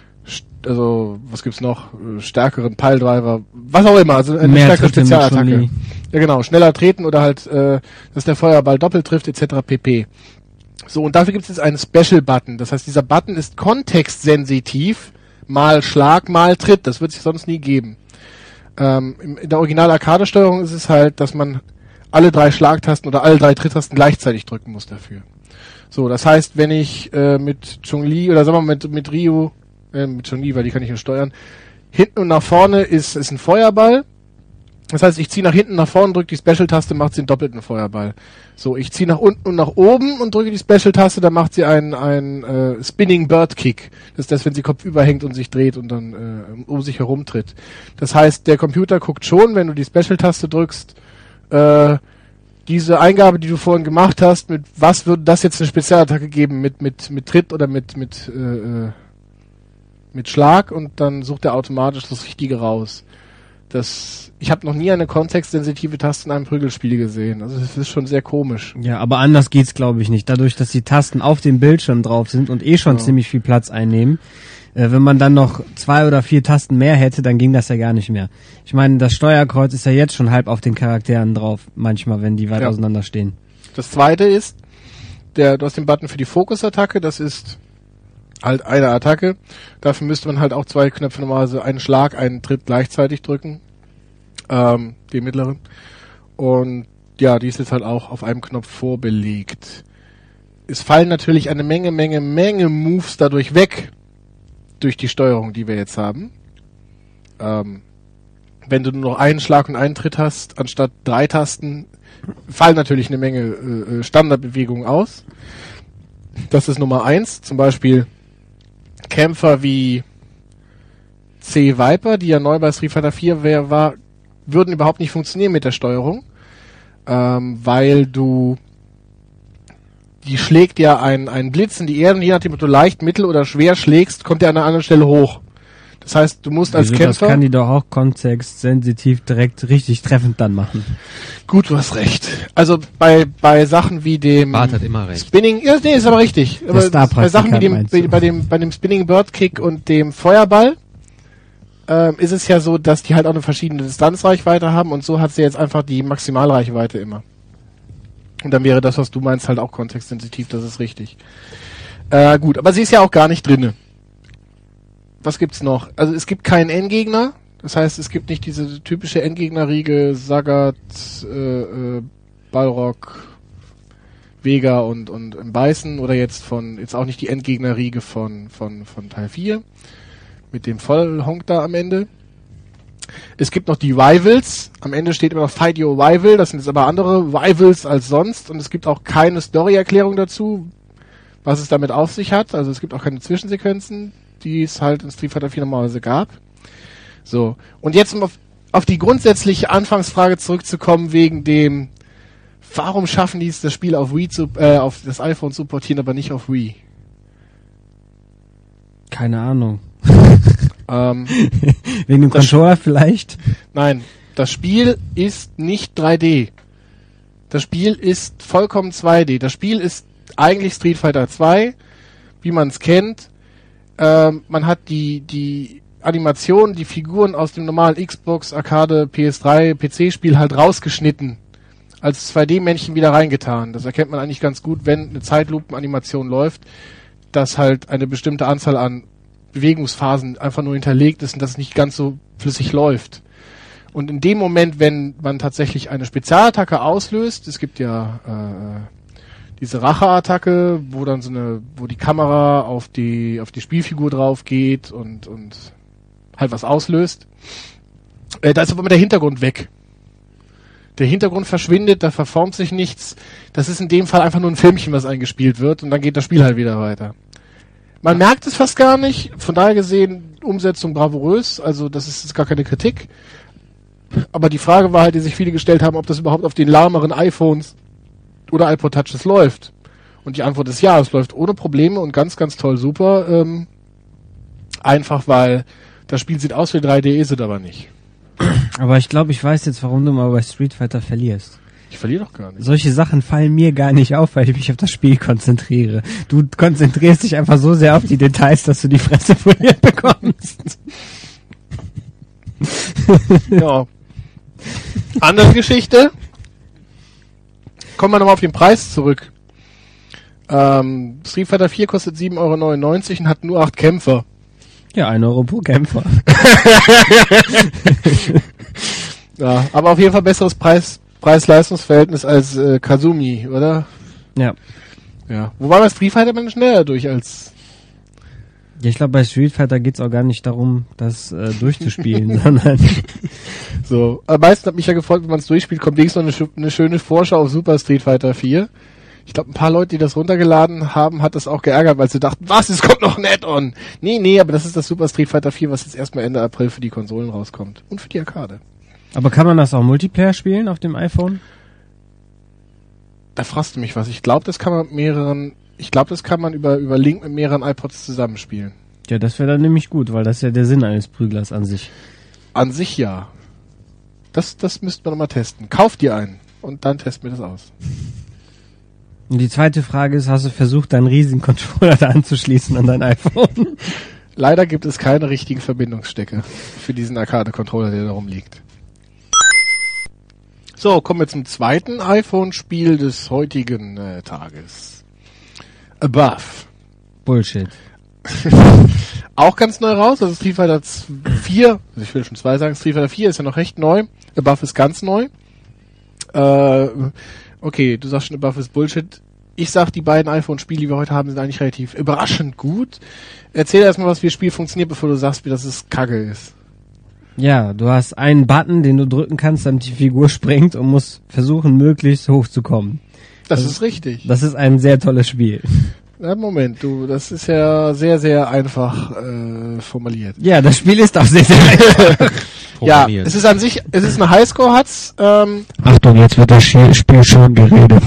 also, was gibt's noch, stärkeren Piledriver, was auch immer, also eine Mehr stärkere Tritte mit Spezialattacke. Chun-Li. Ja genau, schneller treten oder halt, äh, dass der Feuerball doppelt trifft, et cetera pp. So, und dafür gibt es jetzt einen Special-Button. Das heißt, dieser Button ist kontextsensitiv, mal Schlag, mal Tritt. Das wird es sonst nie geben. Ähm, in der Original-Arcade-Steuerung ist es halt, dass man alle drei Schlagtasten oder alle drei Tritttasten gleichzeitig drücken muss dafür. So, das heißt, wenn ich äh, mit Chun-Li oder sagen wir mal mit, mit Ryu, äh, mit Chun-Li, weil die kann ich ja steuern, hinten und nach vorne ist, ist ein Feuerball. Das heißt, ich ziehe nach hinten, nach vorne, drücke die Special-Taste, macht sie einen doppelten Feuerball. So, ich ziehe nach unten und nach oben und drücke die Special-Taste, dann macht sie einen, einen äh, Spinning Bird Kick. Das ist das, wenn sie kopfüber hängt und sich dreht und dann äh, um sich herumtritt. Das heißt, der Computer guckt schon, wenn du die Special-Taste drückst, äh, diese Eingabe, die du vorhin gemacht hast, mit was würde das jetzt eine Spezialattacke geben, mit mit mit Tritt oder mit mit äh, mit Schlag, und dann sucht er automatisch das Richtige raus. Das, ich habe noch nie eine kontextsensitive Taste in einem Prügelspiel gesehen. Also das ist schon sehr komisch. Ja, aber anders geht's, glaube ich, nicht. Dadurch, dass die Tasten auf dem Bildschirm drauf sind und eh schon Ja. ziemlich viel Platz einnehmen, äh, wenn man dann noch zwei oder vier Tasten mehr hätte, dann ging das ja gar nicht mehr. Ich meine, das Steuerkreuz ist ja jetzt schon halb auf den Charakteren drauf, manchmal, wenn die weit Ja. auseinander stehen. Das zweite ist, der, du hast den Button für die Fokusattacke, das ist halt eine Attacke. Dafür müsste man halt auch zwei Knöpfe normalerweise, einen Schlag, einen Tritt gleichzeitig drücken. Ähm, den mittleren. Und ja, die ist jetzt halt auch auf einem Knopf vorbelegt. Es fallen natürlich eine Menge, Menge, Menge Moves dadurch weg, durch die Steuerung, die wir jetzt haben. Ähm, wenn du nur noch einen Schlag und einen Tritt hast, anstatt drei Tasten, fallen natürlich eine Menge äh, Standardbewegungen aus. Das ist Nummer eins. Zum Beispiel Kämpfer wie C. Viper, die ja neu bei Street Fighter vier wär, war, würden überhaupt nicht funktionieren mit der Steuerung, ähm, weil du, die schlägt ja einen, einen Blitz in die Erde und je nachdem, ob du leicht, mittel oder schwer schlägst, kommt der an einer anderen Stelle hoch. Das heißt, du musst als Wieso, Kämpfer... das kann die doch auch kontextsensitiv direkt richtig treffend dann machen. Gut, du hast recht. Also bei bei Sachen wie dem Bart hat immer recht. Spinning, ja, nee, ist aber richtig. Aber bei Sachen wie dem meinst bei, du? bei dem bei dem Spinning Bird Kick und dem Feuerball ähm, ist es ja so, dass die halt auch eine verschiedene Distanzreichweite haben, und so hat sie jetzt einfach die Maximalreichweite immer. Und dann wäre das, was du meinst, halt auch kontextsensitiv, das ist richtig. Äh, gut, aber sie ist ja auch gar nicht drinne. Was gibt's noch? Also es gibt keinen Endgegner. Das heißt, es gibt nicht diese typische Endgegnerriege, Sagat, äh, äh, Balrog, Vega und und im Beißen, oder jetzt von jetzt auch nicht die Endgegnerriege von von von Teil vier mit dem Vollhonk da am Ende. Es gibt noch die Rivals. Am Ende steht immer noch Fight Your Rival. Das sind jetzt aber andere Rivals als sonst, und es gibt auch keine Story-Erklärung dazu, was es damit auf sich hat. Also es gibt auch keine Zwischensequenzen, die es halt in Street Fighter vier normalerweise gab. So, und jetzt um auf, auf die grundsätzliche Anfangsfrage zurückzukommen, wegen dem, warum schaffen die es, das Spiel auf Wii zu, äh, auf das iPhone zu portieren, aber nicht auf Wii? Keine Ahnung. Ähm, Wegen dem Das- Controller vielleicht? nein, das Spiel ist nicht drei D. Das Spiel ist vollkommen zwei D. Das Spiel ist eigentlich Street Fighter zwei, wie man es kennt. Ähm, man hat die, die Animationen, die Figuren aus dem normalen Xbox, Arcade, P S drei, P C-Spiel halt rausgeschnitten. Als zwei D-Männchen wieder reingetan. Das erkennt man eigentlich ganz gut, wenn eine Zeitlupenanimation läuft, dass halt eine bestimmte Anzahl an Bewegungsphasen einfach nur hinterlegt ist und dass es nicht ganz so flüssig läuft. Und in dem Moment, wenn man tatsächlich eine Spezialattacke auslöst, es gibt ja äh, diese Racheattacke, wo dann so eine, wo die Kamera auf die auf die Spielfigur drauf geht und und halt was auslöst. Äh, da ist aber immer der Hintergrund weg. Der Hintergrund verschwindet, da verformt sich nichts. Das ist in dem Fall einfach nur ein Filmchen, was eingespielt wird und dann geht das Spiel halt wieder weiter. Man merkt es fast gar nicht, von daher gesehen, Umsetzung bravourös, also das ist, ist gar keine Kritik. Aber die Frage war halt, die sich viele gestellt haben, ob das überhaupt auf den lahmeren iPhones oder iPod Touches läuft. Und die Antwort ist ja, es läuft ohne Probleme und ganz, ganz toll, super. Ähm, einfach weil das Spiel sieht aus wie drei D, ist es aber nicht. Aber ich glaube, ich weiß jetzt, warum du mal bei Street Fighter verlierst. Ich verliere doch gar nicht. Solche Sachen fallen mir gar nicht auf, weil ich mich auf das Spiel konzentriere. Du konzentrierst dich einfach so sehr auf die Details, dass du die Fresse poliert bekommst. Ja. Andere Geschichte. Kommen wir nochmal auf den Preis zurück. Ähm, Street Fighter vier kostet sieben Euro neunundneunzig und hat nur acht Kämpfer. Ja, ein Euro pro Kämpfer. Ja, aber auf jeden Fall besseres Preis, Preis-Leistungs-Verhältnis als äh, Kazumi, oder? Ja. Ja. Wobei bei Street Fighter man schneller durch als... Ja, ich glaube, bei Street Fighter geht's auch gar nicht darum, das äh, durchzuspielen, sondern... So. Am meisten hat mich ja gefreut, wenn man es durchspielt, kommt links noch eine, sch- eine schöne Vorschau auf Super Street Fighter vier. Ich glaube, ein paar Leute, die das runtergeladen haben, hat das auch geärgert, weil sie dachten, was, es kommt noch ein Add-on. Nee, nee, aber das ist das Super Street Fighter vier, was jetzt erstmal Ende April für die Konsolen rauskommt. Und für die Arcade. Aber kann man das auch Multiplayer spielen auf dem iPhone? Da fragst du mich was. Ich glaube, das kann man mit mehreren, ich glaube, das kann man über, über Link mit mehreren iPods zusammenspielen. Ja, das wäre dann nämlich gut, weil das ist ja der Sinn eines Prüglers an sich. An sich ja. Das, das müsste man nochmal testen. Kauf dir einen und dann testen wir das aus. Und die zweite Frage ist, hast du versucht, deinen riesigen Controller da anzuschließen an dein iPhone? Leider gibt es keine richtigen Verbindungsstecke für diesen Arcade-Controller, der da rumliegt. So, kommen wir zum zweiten iPhone-Spiel des heutigen äh, Tages. Above. Bullshit. Auch ganz neu raus, also Street Fighter vier, also ich will schon zwei sagen, Street Fighter vier ist ja noch recht neu, Above ist ganz neu. Äh, okay, du sagst schon, Above ist Bullshit. Ich sag, die beiden iPhone-Spiele, die wir heute haben, sind eigentlich relativ überraschend gut. Erzähl erstmal, was wie das Spiel funktioniert, bevor du sagst, wie das ist Kacke ist. Ja, du hast einen Button, den du drücken kannst, damit die Figur springt und musst versuchen, möglichst hoch zu kommen. Das, Das ist richtig. Das ist ein sehr tolles Spiel. Na, Moment, du, das ist ja sehr, sehr einfach äh, formuliert. Ja, das Spiel ist auch sehr, sehr einfach. Ja, es ist an sich, es ist eine Highscore-Hatz. Ähm, Achtung, jetzt wird das Spiel schon geredet.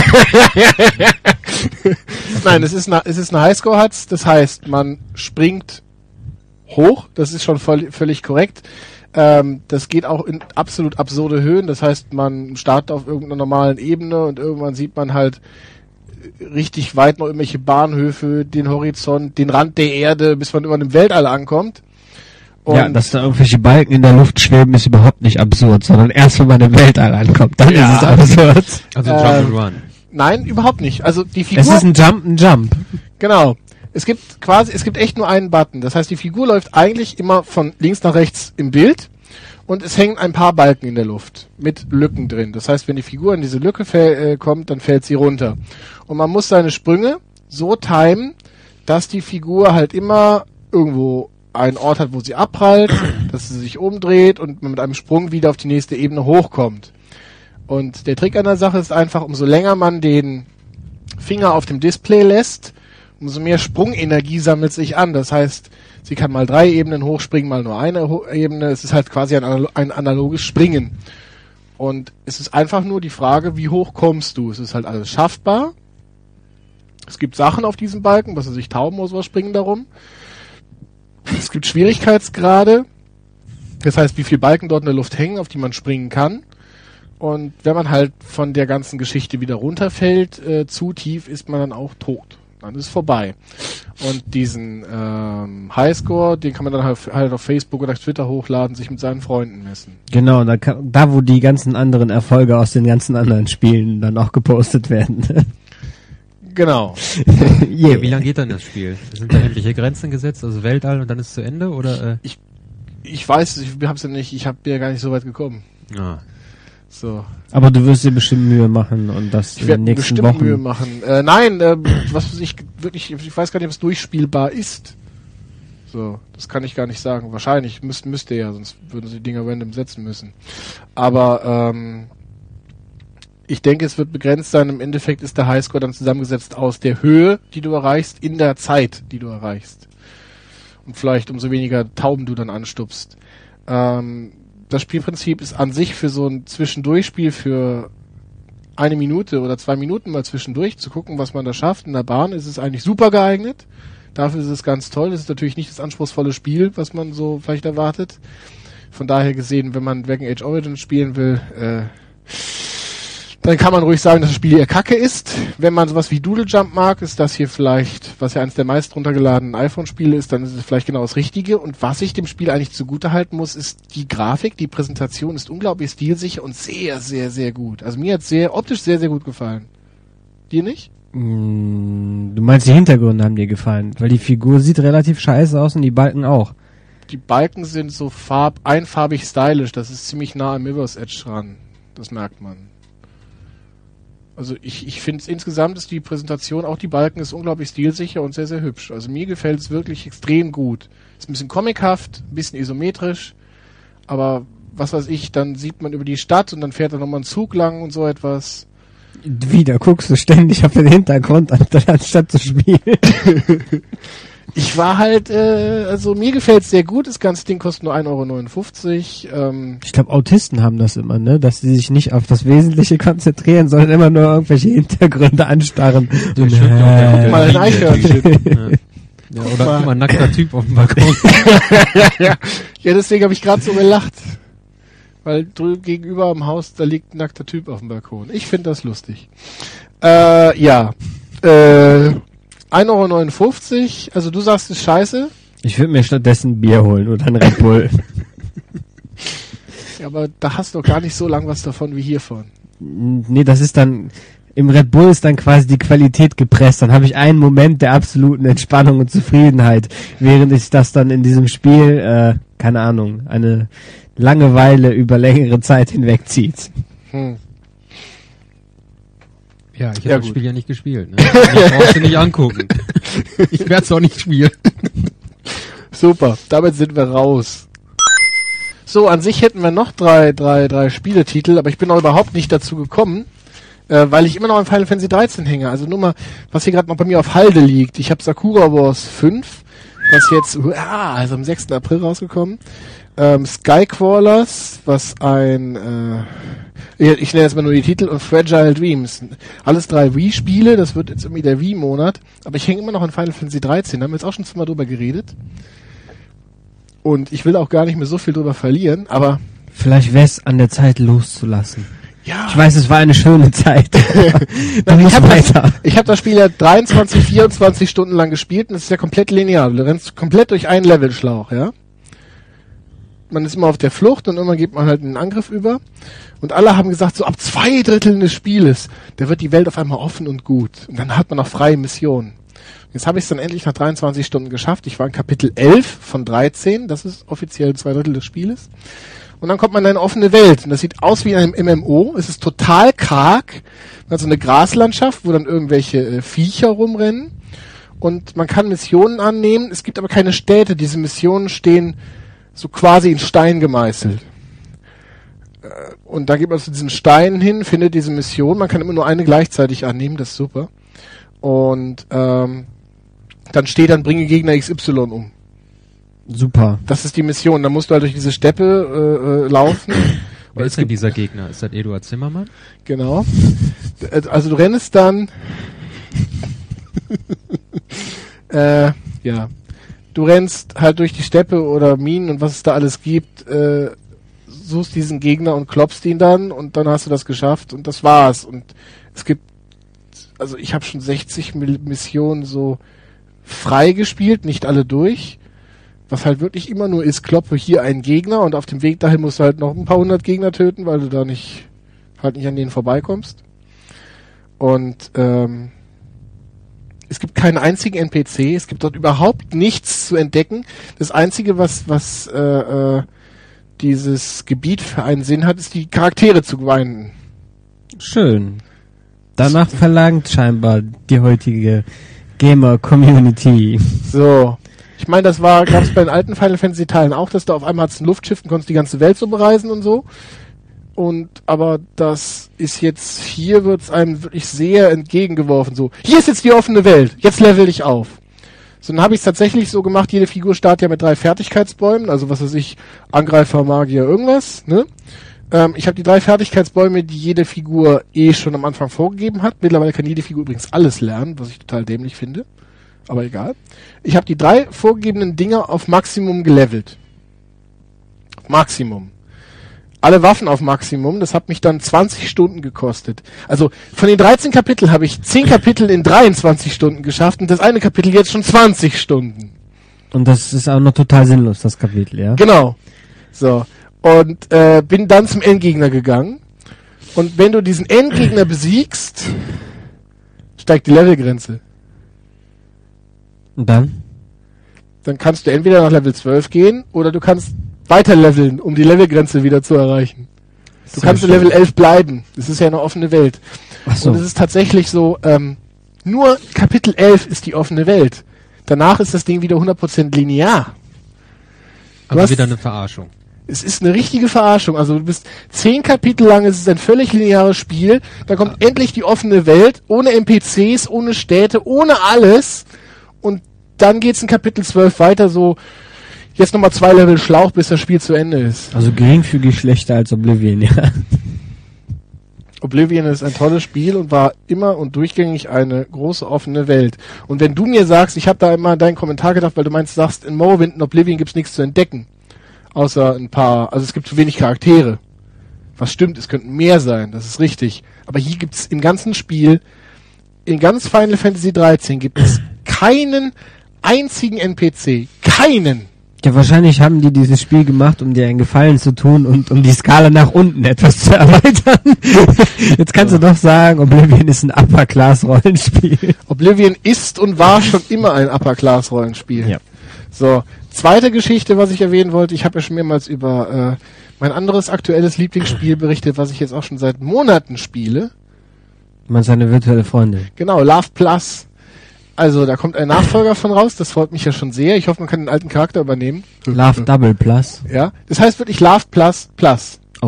Nein, es ist eine, es ist eine Highscore-Hatz, das heißt, man springt hoch, das ist schon voll, völlig korrekt. Ähm, das geht auch in absolut absurde Höhen, das heißt, man startet auf irgendeiner normalen Ebene und irgendwann sieht man halt richtig weit noch irgendwelche Bahnhöfe, den Horizont, den Rand der Erde, bis man irgendwann im Weltall ankommt. Und Ja, dass da irgendwelche Balken in der Luft schweben, ist überhaupt nicht absurd, sondern erst wenn man im Weltall ankommt, dann Ja. ist es absurd. Also Ähm, Jump'n'Run. nein, überhaupt nicht. Also die Figur, Es ist ein Jump, ein Jump. genau. Es gibt quasi, es gibt echt nur einen Button. Das heißt, die Figur läuft eigentlich immer von links nach rechts im Bild und es hängen ein paar Balken in der Luft mit Lücken drin. Das heißt, wenn die Figur in diese Lücke fäll, äh, kommt, dann fällt sie runter. Und man muss seine Sprünge so timen, dass die Figur halt immer irgendwo einen Ort hat, wo sie abprallt, dass sie sich umdreht und man mit einem Sprung wieder auf die nächste Ebene hochkommt. Und der Trick an der Sache ist einfach, umso länger man den Finger auf dem Display lässt, umso mehr Sprungenergie sammelt sich an. Das heißt, sie kann mal drei Ebenen hochspringen, mal nur eine Ho- Ebene. Es ist halt quasi ein, analo- ein analoges Springen. Und es ist einfach nur die Frage, wie hoch kommst du? Es ist halt alles schaffbar. Es gibt Sachen auf diesem Balken, was weiß ich, Tauben oder sowas springen darum. Es gibt Schwierigkeitsgrade. Das heißt, wie viele Balken dort in der Luft hängen, auf die man springen kann. Und wenn man halt von der ganzen Geschichte wieder runterfällt, äh, zu tief, ist man dann auch tot. Dann ist es vorbei. Und diesen ähm, Highscore, den kann man dann halt, halt auf Facebook oder auf Twitter hochladen, sich mit seinen Freunden messen. Genau, da, kann, da wo die ganzen anderen Erfolge aus den ganzen anderen Spielen dann auch gepostet werden. Genau. Yeah. Ja, wie lange geht dann das Spiel? Sind da irgendwelche Grenzen gesetzt, also Weltall und dann ist es zu Ende, oder? Äh? Ich weiß, ich hab's ja nicht, ich hab bin ja gar nicht so weit gekommen. Ah. So. Aber du wirst dir bestimmt Mühe machen und das Ich in werde den nächsten bestimmt Wochen. Mühe machen. Äh, nein, äh, was weiß ich, wirklich, ich weiß gar nicht, ob es durchspielbar ist. So, das kann ich gar nicht sagen. Wahrscheinlich müsste müsste ja, sonst würden sie die Dinger random setzen müssen. Aber ähm, ich denke, es wird begrenzt sein. Im Endeffekt ist der Highscore dann zusammengesetzt aus der Höhe, die du erreichst, in der Zeit, die du erreichst. Und vielleicht umso weniger Tauben du dann anstupst. Ähm, das Spielprinzip ist an sich für so ein Zwischendurchspiel für eine Minute oder zwei Minuten mal zwischendurch zu gucken, was man da schafft. In der Bahn ist es eigentlich super geeignet. Dafür ist es ganz toll. Es ist natürlich nicht das anspruchsvolle Spiel, was man so vielleicht erwartet. Von daher gesehen, wenn man Dragon Age Origins spielen will, äh, dann kann man ruhig sagen, dass das Spiel eher kacke ist. Wenn man sowas wie Doodle Jump mag, ist das hier vielleicht, was ja eines der meist runtergeladenen iPhone-Spiele ist, dann ist es vielleicht genau das Richtige. Und was ich dem Spiel eigentlich zugutehalten muss, ist die Grafik, die Präsentation ist unglaublich stilsicher und sehr, sehr, sehr gut. Also mir hat es sehr, optisch sehr, sehr gut gefallen. Dir nicht? Mm, Du meinst, die Hintergründe haben dir gefallen, weil die Figur sieht relativ scheiße aus und die Balken auch. Die Balken sind so farb, einfarbig stylisch, das ist ziemlich nah am Mirror's Edge dran. Das merkt man. Also ich, ich finde es insgesamt ist die Präsentation, auch die Balken, ist unglaublich stilsicher und sehr, sehr hübsch. Also mir gefällt es wirklich extrem gut. Ist ein bisschen comichaft, ein bisschen isometrisch, aber was weiß ich, dann sieht man über die Stadt und dann fährt da nochmal ein Zug lang und so etwas. Wieder guckst du ständig auf den Hintergrund, anstatt zu spielen. Ich war halt, äh, also mir gefällt's sehr gut, das ganze Ding kostet nur ein Euro neunundfünfzig. Ähm, Ich glaube, Autisten haben das immer, ne? Dass sie sich nicht auf das Wesentliche konzentrieren, sondern immer nur irgendwelche Hintergründe anstarren. Der Und, schüttelt auch der- guck mal, ein der- Eichhörnchen. Ja. Ja, oder mal. guck mal, nackter Typ auf dem Balkon. ja, deswegen habe ich gerade so gelacht. Weil drüben gegenüber am Haus, da liegt ein nackter Typ auf dem Balkon. Ich finde das lustig. Äh, ja. Äh, ein Euro neunundfünfzig, also du sagst, es ist scheiße. Ich würde mir stattdessen Bier holen oder ein Red Bull. Ja, aber da hast du doch gar nicht so lang was davon wie hiervon. Nee, das ist dann, im Red Bull ist dann quasi die Qualität gepresst. Dann habe ich einen Moment der absoluten Entspannung und Zufriedenheit, während ich das dann in diesem Spiel, äh, keine Ahnung, eine Langeweile über längere Zeit hinwegzieht. Hm. Ja, ich habe Ja, das gut. Spiel ja nicht gespielt. Ne? Ich brauchst du nicht angucken. Ich werde es auch nicht spielen. Super, damit sind wir raus. So, an sich hätten wir noch drei, drei, drei Spieletitel, aber ich bin noch überhaupt nicht dazu gekommen, äh, weil ich immer noch an Final Fantasy dreizehn hänge. Also nur mal, was hier gerade noch bei mir auf Halde liegt. Ich habe Sakura Wars fünf, was jetzt, ah, also am sechsten April rausgekommen. Ähm, Skycrawlers, was ein, äh, ich nenne jetzt mal nur die Titel, und Fragile Dreams. Alles drei Wii-Spiele, das wird jetzt irgendwie der Wii-Monat, aber ich hänge immer noch an Final Fantasy dreizehn, da haben wir jetzt auch schon zweimal drüber geredet. Und ich will auch gar nicht mehr so viel drüber verlieren, aber Vielleicht wäre es an der Zeit loszulassen. ja. Ich weiß, es war eine schöne Zeit. Na, ich habe das, weiter. ich hab das Spiel ja dreiundzwanzig, vierundzwanzig Stunden lang gespielt und es ist ja komplett linear. Du rennst komplett durch einen Levelschlauch, ja. Man ist immer auf der Flucht und irgendwann geht man halt in den Angriff über. Und alle haben gesagt, so ab zwei Dritteln des Spieles, da wird die Welt auf einmal offen und gut. Und dann hat man noch freie Missionen. Jetzt habe ich es dann endlich nach dreiundzwanzig Stunden geschafft. Ich war in Kapitel elf von dreizehn, das ist offiziell zwei Drittel des Spieles. Und dann kommt man in eine offene Welt. Und das sieht aus wie in einem M M O. Es ist total karg. Man hat so eine Graslandschaft, wo dann irgendwelche äh, Viecher rumrennen. Und man kann Missionen annehmen. Es gibt aber keine Städte. Diese Missionen stehen so quasi in Stein gemeißelt. Äh, und da geht man zu diesen Steinen hin, findet diese Mission. Man kann immer nur eine gleichzeitig annehmen. Das ist super. Und ähm, dann steht dann, bringe Gegner X Y um. Super. Das ist die Mission. Da musst du halt durch diese Steppe äh, äh, laufen. Wer ist denn dieser Gegner? Ist das Eduard Zimmermann? Genau. Also du rennst dann äh, ja. Du rennst halt durch die Steppe oder Minen und was es da alles gibt, äh, suchst diesen Gegner und klopfst ihn dann und dann hast du das geschafft und das war's. Und es gibt, also ich habe schon sechzig Missionen so frei gespielt, nicht alle durch. Was halt wirklich immer nur ist, kloppe hier einen Gegner und auf dem Weg dahin musst du halt noch ein paar hundert Gegner töten, weil du da nicht, halt nicht an denen vorbeikommst. Und ähm, es gibt keinen einzigen N P C, es gibt dort überhaupt nichts zu entdecken. Das Einzige, was, was äh, äh, dieses Gebiet für einen Sinn hat, ist die Charaktere zu grinden. Schön. Danach verlangt scheinbar die heutige Gamer-Community. So. Ich meine, das war, gab es bei den alten Final Fantasy Teilen auch, dass da auf einmal hat's ein Luftschiff und konntest die ganze Welt so bereisen und so. Und, aber das ist jetzt, hier wird's einem wirklich sehr entgegengeworfen, so, hier ist jetzt die offene Welt, jetzt level ich auf. So, dann habe ich es tatsächlich so gemacht, jede Figur startet ja mit drei Fertigkeitsbäumen, also was weiß ich, Angreifer, Magier, irgendwas, ne? Ähm, ich habe die drei Fertigkeitsbäume, die jede Figur eh schon am Anfang vorgegeben hat. Mittlerweile kann jede Figur übrigens alles lernen, was ich total dämlich finde. Aber egal. Ich habe die drei vorgegebenen Dinger auf Maximum gelevelt. Auf Maximum. Alle Waffen auf Maximum, das hat mich dann zwanzig Stunden gekostet. Also von den dreizehn Kapiteln habe ich zehn Kapitel in dreiundzwanzig Stunden geschafft und das eine Kapitel jetzt schon zwanzig Stunden. Und das ist auch noch total sinnlos, das Kapitel, ja? Genau. So. Und äh, bin dann zum Endgegner gegangen. Und wenn du diesen Endgegner besiegst, steigt die Levelgrenze. Und dann? Dann kannst du entweder nach Level zwölf gehen oder du kannst weiter leveln, um die Levelgrenze wieder zu erreichen. Du Sehr kannst in schön. Level elf bleiben. Das ist ja eine offene Welt. Ach so. Und es ist tatsächlich so, ähm, nur Kapitel elf ist die offene Welt. Danach ist das Ding wieder hundert Prozent linear. Du Aber hast- wieder eine Verarschung. Es ist eine richtige Verarschung. Also du bist zehn Kapitel lang, es ist ein völlig lineares Spiel. Da kommt endlich die offene Welt, ohne N P Cs, ohne Städte, ohne alles. Und dann geht's in Kapitel zwölf weiter so, jetzt nochmal zwei Level Schlauch, bis das Spiel zu Ende ist. Also geringfügig schlechter als Oblivion, ja. Oblivion ist ein tolles Spiel und war immer und durchgängig eine große offene Welt. Und wenn du mir sagst, ich habe da immer deinen Kommentar gedacht, weil du meinst, sagst, in Morrowind und Oblivion gibt's nichts zu entdecken. Außer ein paar, also es gibt zu wenig Charaktere. Was stimmt, es könnten mehr sein, das ist richtig. Aber hier gibt's im ganzen Spiel, in ganz Final Fantasy dreizehn gibt es keinen einzigen N P C. Keinen! Ja, wahrscheinlich haben die dieses Spiel gemacht, um dir einen Gefallen zu tun und um die Skala nach unten etwas zu erweitern. Jetzt kannst du doch sagen, Oblivion ist ein Upper-Class-Rollenspiel. Oblivion ist und war schon immer ein Upper-Class-Rollenspiel. Ja. So, zweite Geschichte, was ich erwähnen wollte, ich habe ja schon mehrmals über äh, mein anderes aktuelles Lieblingsspiel berichtet, was ich jetzt auch schon seit Monaten spiele. Man seine virtuelle Freundin. Genau, Love Plus. Also, da kommt ein Nachfolger von raus, das freut mich ja schon sehr. Ich hoffe, man kann den alten Charakter übernehmen. Love Double Plus. Ja, das heißt wirklich Love Plus Plus. Oh.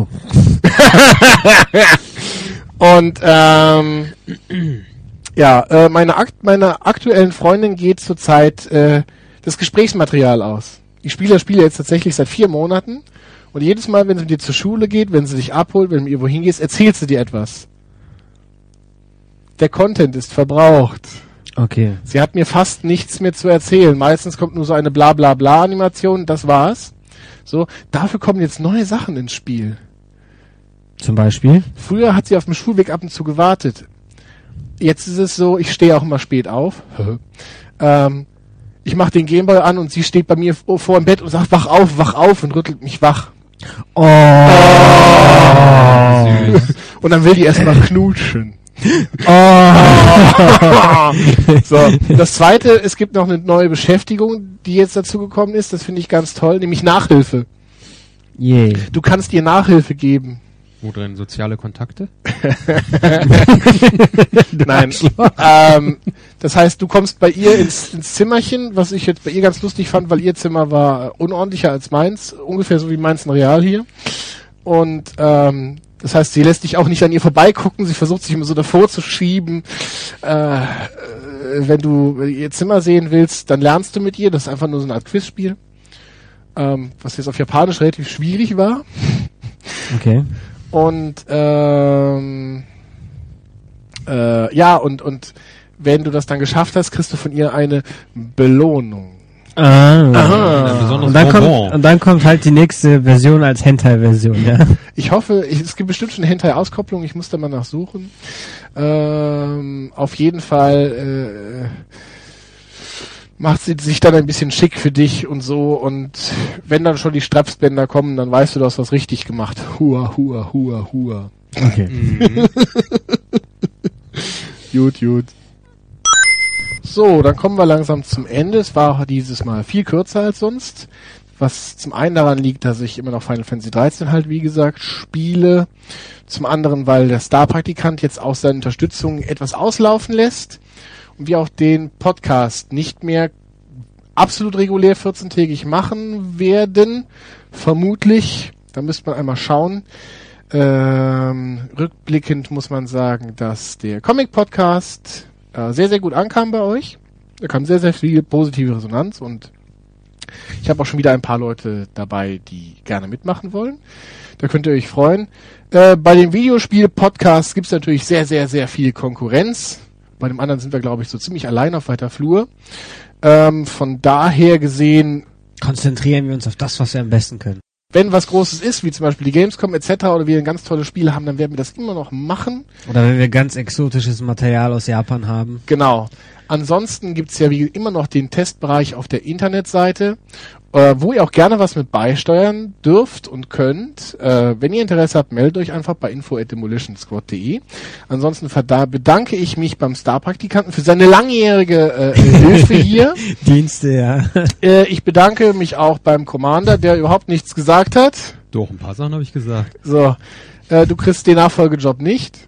Und ähm, ja, äh, meine, Akt, meine aktuellen Freundin geht zurzeit äh, das Gesprächsmaterial aus. Ich spiele das Spiel jetzt tatsächlich seit vier Monaten und jedes Mal, wenn sie mit dir zur Schule geht, wenn sie dich abholt, wenn du mit ihr wohin gehst, erzählt sie dir etwas. Der Content ist verbraucht. Okay. Sie hat mir fast nichts mehr zu erzählen. Meistens kommt nur so eine Bla-Bla-Bla-Animation, das war's. So, dafür kommen jetzt neue Sachen ins Spiel. Zum Beispiel? Früher hat sie auf dem Schulweg ab und zu gewartet. Jetzt ist es so, ich stehe auch immer spät auf. ähm, ich mache den Gameboy an und sie steht bei mir v- vor dem Bett und sagt, wach auf, wach auf und rüttelt mich wach. Oh. Und dann will die erstmal knutschen. Oh. So, das zweite, es gibt noch eine neue Beschäftigung, die jetzt dazu gekommen ist, das finde ich ganz toll, nämlich Nachhilfe. Yay. Du kannst ihr Nachhilfe geben. Wo drin? Soziale Kontakte? Nein. ähm, das heißt, du kommst bei ihr ins, ins Zimmerchen, was ich jetzt bei ihr ganz lustig fand, weil ihr Zimmer war unordentlicher als meins, ungefähr so wie meins in Real hier. Und ähm, das heißt, sie lässt dich auch nicht an ihr vorbeigucken, sie versucht sich immer so davor zu schieben. Äh, äh, wenn du ihr Zimmer sehen willst, dann lernst du mit ihr, das ist einfach nur so eine Art Quizspiel. Ähm, was jetzt auf Japanisch relativ schwierig war. Okay. Und ähm, äh, ja, und, und wenn du das dann geschafft hast, kriegst du von ihr eine Belohnung. Ah. Ein Aha. besonderes Und dann, kommt, Bonbon. und dann kommt halt die nächste Version als Hentai-Version, ja. Ich hoffe, ich, es gibt bestimmt schon Hentai-Auskopplung, ich muss da mal nachsuchen. Ähm, auf jeden Fall äh, macht sie sich dann ein bisschen schick für dich und so, und wenn dann schon die Strapsbänder kommen, dann weißt du, du hast was richtig gemacht. Hua, hua, hua, hua. Okay. Mhm. Gut, gut. So, dann kommen wir langsam zum Ende. Es war dieses Mal viel kürzer als sonst. Was zum einen daran liegt, dass ich immer noch Final Fantasy dreizehn halt, wie gesagt, spiele. Zum anderen, weil der Star-Praktikant jetzt auch seine Unterstützung etwas auslaufen lässt. Und wir auch den Podcast nicht mehr absolut regulär vierzehntägig machen werden. Vermutlich, da müsste man einmal schauen. Ähm, rückblickend muss man sagen, dass der Comic-Podcast äh, sehr, sehr gut ankam bei euch. Da kam sehr, sehr viel positive Resonanz und ich habe auch schon wieder ein paar Leute dabei, die gerne mitmachen wollen. Da könnt ihr euch freuen. Äh, bei dem Videospiel-Podcast gibt es natürlich sehr, sehr, sehr viel Konkurrenz. Bei dem anderen sind wir, glaube ich, so ziemlich allein auf weiter Flur. Ähm, von daher gesehen... Konzentrieren wir uns auf das, was wir am besten können. Wenn was Großes ist, wie zum Beispiel die Gamescom et cetera oder wir ein ganz tolles Spiel haben, dann werden wir das immer noch machen. Oder wenn wir ganz exotisches Material aus Japan haben. Genau. Ansonsten gibt's ja wie immer noch den Testbereich auf der Internetseite, äh, wo ihr auch gerne was mit beisteuern dürft und könnt. Äh, wenn ihr Interesse habt, meldet euch einfach bei info at demolition squad punkt de. Ansonsten verda- bedanke ich mich beim Star-Praktikanten für seine langjährige äh, Hilfe hier. Dienste, ja. Äh, ich bedanke mich auch beim Commander, der überhaupt nichts gesagt hat. Doch, ein paar Sachen habe ich gesagt. So, äh, du kriegst den Nachfolgejob nicht.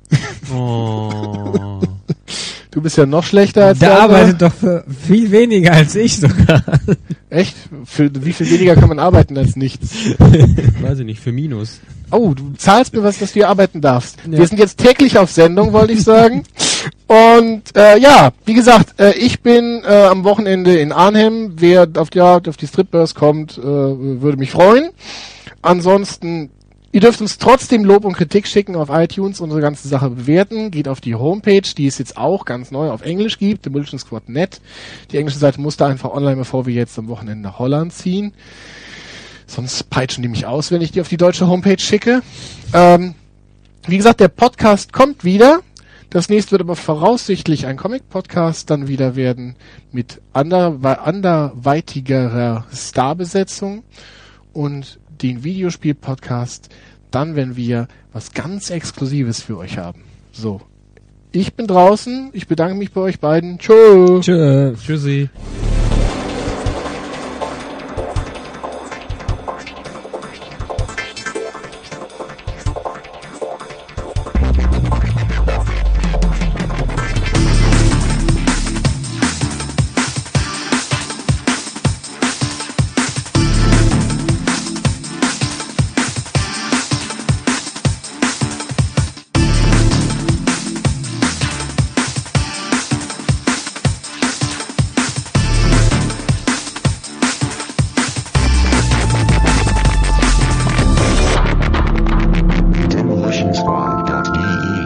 Oh. Du bist ja noch schlechter als Der der andere. arbeitet doch für viel weniger als ich sogar. Echt? Für wie viel weniger kann man arbeiten als nichts? Weiß ich nicht, für Minus. Oh, du zahlst mir was, dass du hier arbeiten darfst. Ja. Wir sind jetzt täglich auf Sendung, wollte ich sagen. Und äh, ja, wie gesagt, äh, ich bin äh, am Wochenende in Arnhem. Wer auf die, auf die Stripbörse kommt, äh, würde mich freuen. Ansonsten, ihr dürft uns trotzdem Lob und Kritik schicken auf iTunes, unsere ganze Sache bewerten. Geht auf die Homepage, die es jetzt auch ganz neu auf Englisch gibt, demolition squad punkt net. Die englische Seite musste einfach online, bevor wir jetzt am Wochenende nach Holland ziehen. Sonst peitschen die mich aus, wenn ich die auf die deutsche Homepage schicke. Ähm, wie gesagt, der Podcast kommt wieder. Das nächste wird aber voraussichtlich ein Comic-Podcast dann wieder werden mit ander- anderweitigerer Starbesetzung und den Videospiel-Podcast dann, wenn wir was ganz Exklusives für euch haben. So, ich bin draußen. Ich bedanke mich bei euch beiden. Tschö. Tschö. Tschüssi. demolition squad dot de.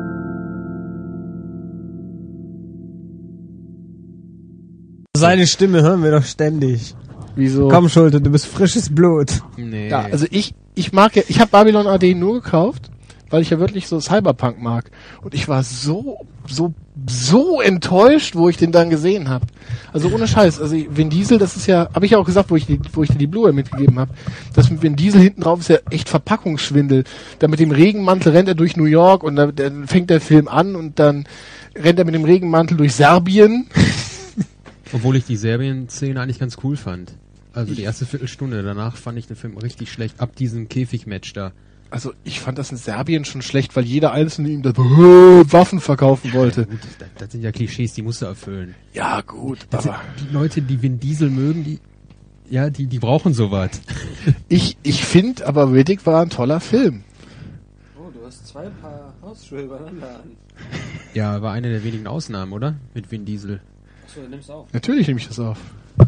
Seine Stimme hören wir doch ständig. Wieso? Komm, Schulte, du bist frisches Blut. Nee. Ja, also ich, ich mag ja, ich habe Babylon A D nur gekauft, weil ich ja wirklich so Cyberpunk mag. Und ich war so, so, so enttäuscht, wo ich den dann gesehen habe. Also ohne Scheiß. Also Vin Diesel, das ist ja, habe ich ja auch gesagt, wo ich die, wo ich dir die Blu-ray mitgegeben habe. Das mit Vin Diesel hinten drauf ist ja echt Verpackungsschwindel. Da mit dem Regenmantel rennt er durch New York und dann, dann fängt der Film an und dann rennt er mit dem Regenmantel durch Serbien. Obwohl ich die Serbien-Szene eigentlich ganz cool fand. Also die erste Viertelstunde, danach fand ich den Film richtig schlecht, ab diesem Käfigmatch da. Also ich fand das in Serbien schon schlecht, weil jeder Einzelne ihm da äh, Waffen verkaufen wollte. Ja, gut, das, das sind ja Klischees, die musst du erfüllen. Ja gut, Das sind aber die Leute, die Vin Diesel mögen, die, ja, die, die brauchen sowas. ich, ich finde, aber Riddick war ein toller Film. Oh, du hast zwei Paar Hausschuhe übereinander an. Ja, war eine der wenigen Ausnahmen, oder? Mit Vin Diesel. Achso, du nimmst auf. Natürlich nehme ich das auf.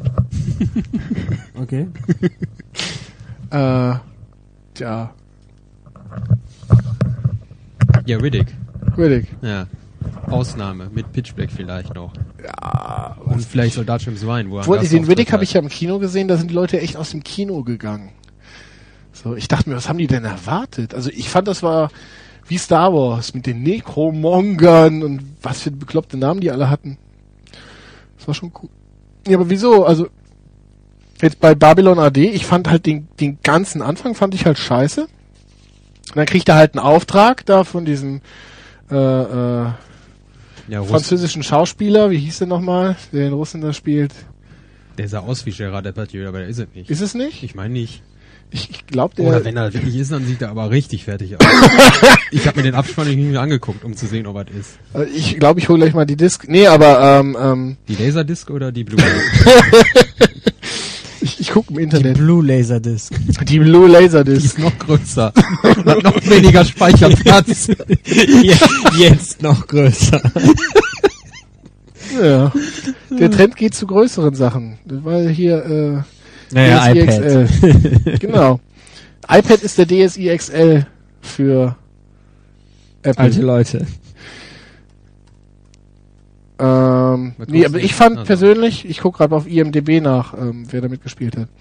Okay. Äh, tja, Ja, Riddick. Riddick. Ja. Ausnahme. Mit Pitch Black vielleicht noch. Ja, Und vielleicht Soldat Schwimm's Wein, wo er obwohl, einen den Riddick Gastauftritt habe ich ja im Kino gesehen, da sind die Leute echt aus dem Kino gegangen. So, ich dachte mir, was haben die denn erwartet? Also ich fand, das war wie Star Wars mit den Necromongern und was für bekloppte Namen die alle hatten. Das war schon cool. Ja, aber wieso? Also jetzt bei Babylon A D, ich fand halt den, den ganzen Anfang fand ich halt scheiße. Und dann kriegt er halt einen Auftrag da von diesem äh, äh, hat. Ja, Russ, französischen Schauspieler, wie hieß der nochmal, der den Russen da spielt? der sah aus wie Gérard Depardieu, aber der ist es nicht. Ist es nicht? Ich meine nicht. Ich, ich glaube, der... Oder wenn er wirklich ist, dann sieht er aber richtig fertig aus. Ich habe mir den Abspann nicht mehr angeguckt, um zu sehen, ob er ist. Äh, Ich glaube, ich hole gleich mal die Disc. Nee, aber ähm, ähm, Die Laserdisc oder die Blu-ray? ich, ich gucke im Die Internet. Blue Laserdisc. Die Blue Die Laserdisc. ist noch größer und hat noch weniger Speicherplatz. Ja, jetzt noch größer. Ja. Der Trend geht zu größeren Sachen. Weil hier äh, Naja, D S I iPad. X L. Genau. iPad ist der D S I X L für Apple. Alte Leute. Ähm, Was nee, kostet aber ich das? fand Also. persönlich, ich gucke gerade auf I M D B nach, ähm, wer da mitgespielt hat.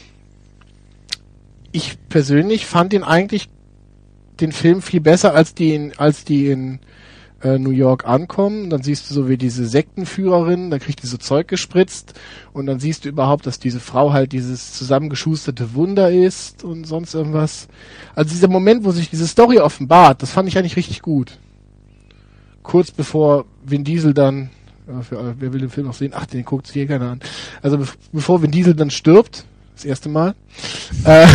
Ich persönlich fand den eigentlich den Film viel besser, als die in, als die in äh, New York ankommen. Dann siehst du so wie diese Sektenführerin, da kriegt die so Zeug gespritzt und dann siehst du überhaupt, dass diese Frau halt dieses zusammengeschusterte Wunder ist und sonst irgendwas. Also dieser Moment, wo sich diese Story offenbart, das fand ich eigentlich richtig gut. Kurz bevor Vin Diesel dann, äh, für, äh, wer will den Film noch sehen? Ach, den guckt sich hier keiner an. Also bev- bevor Vin Diesel dann stirbt, das erste Mal. Äh,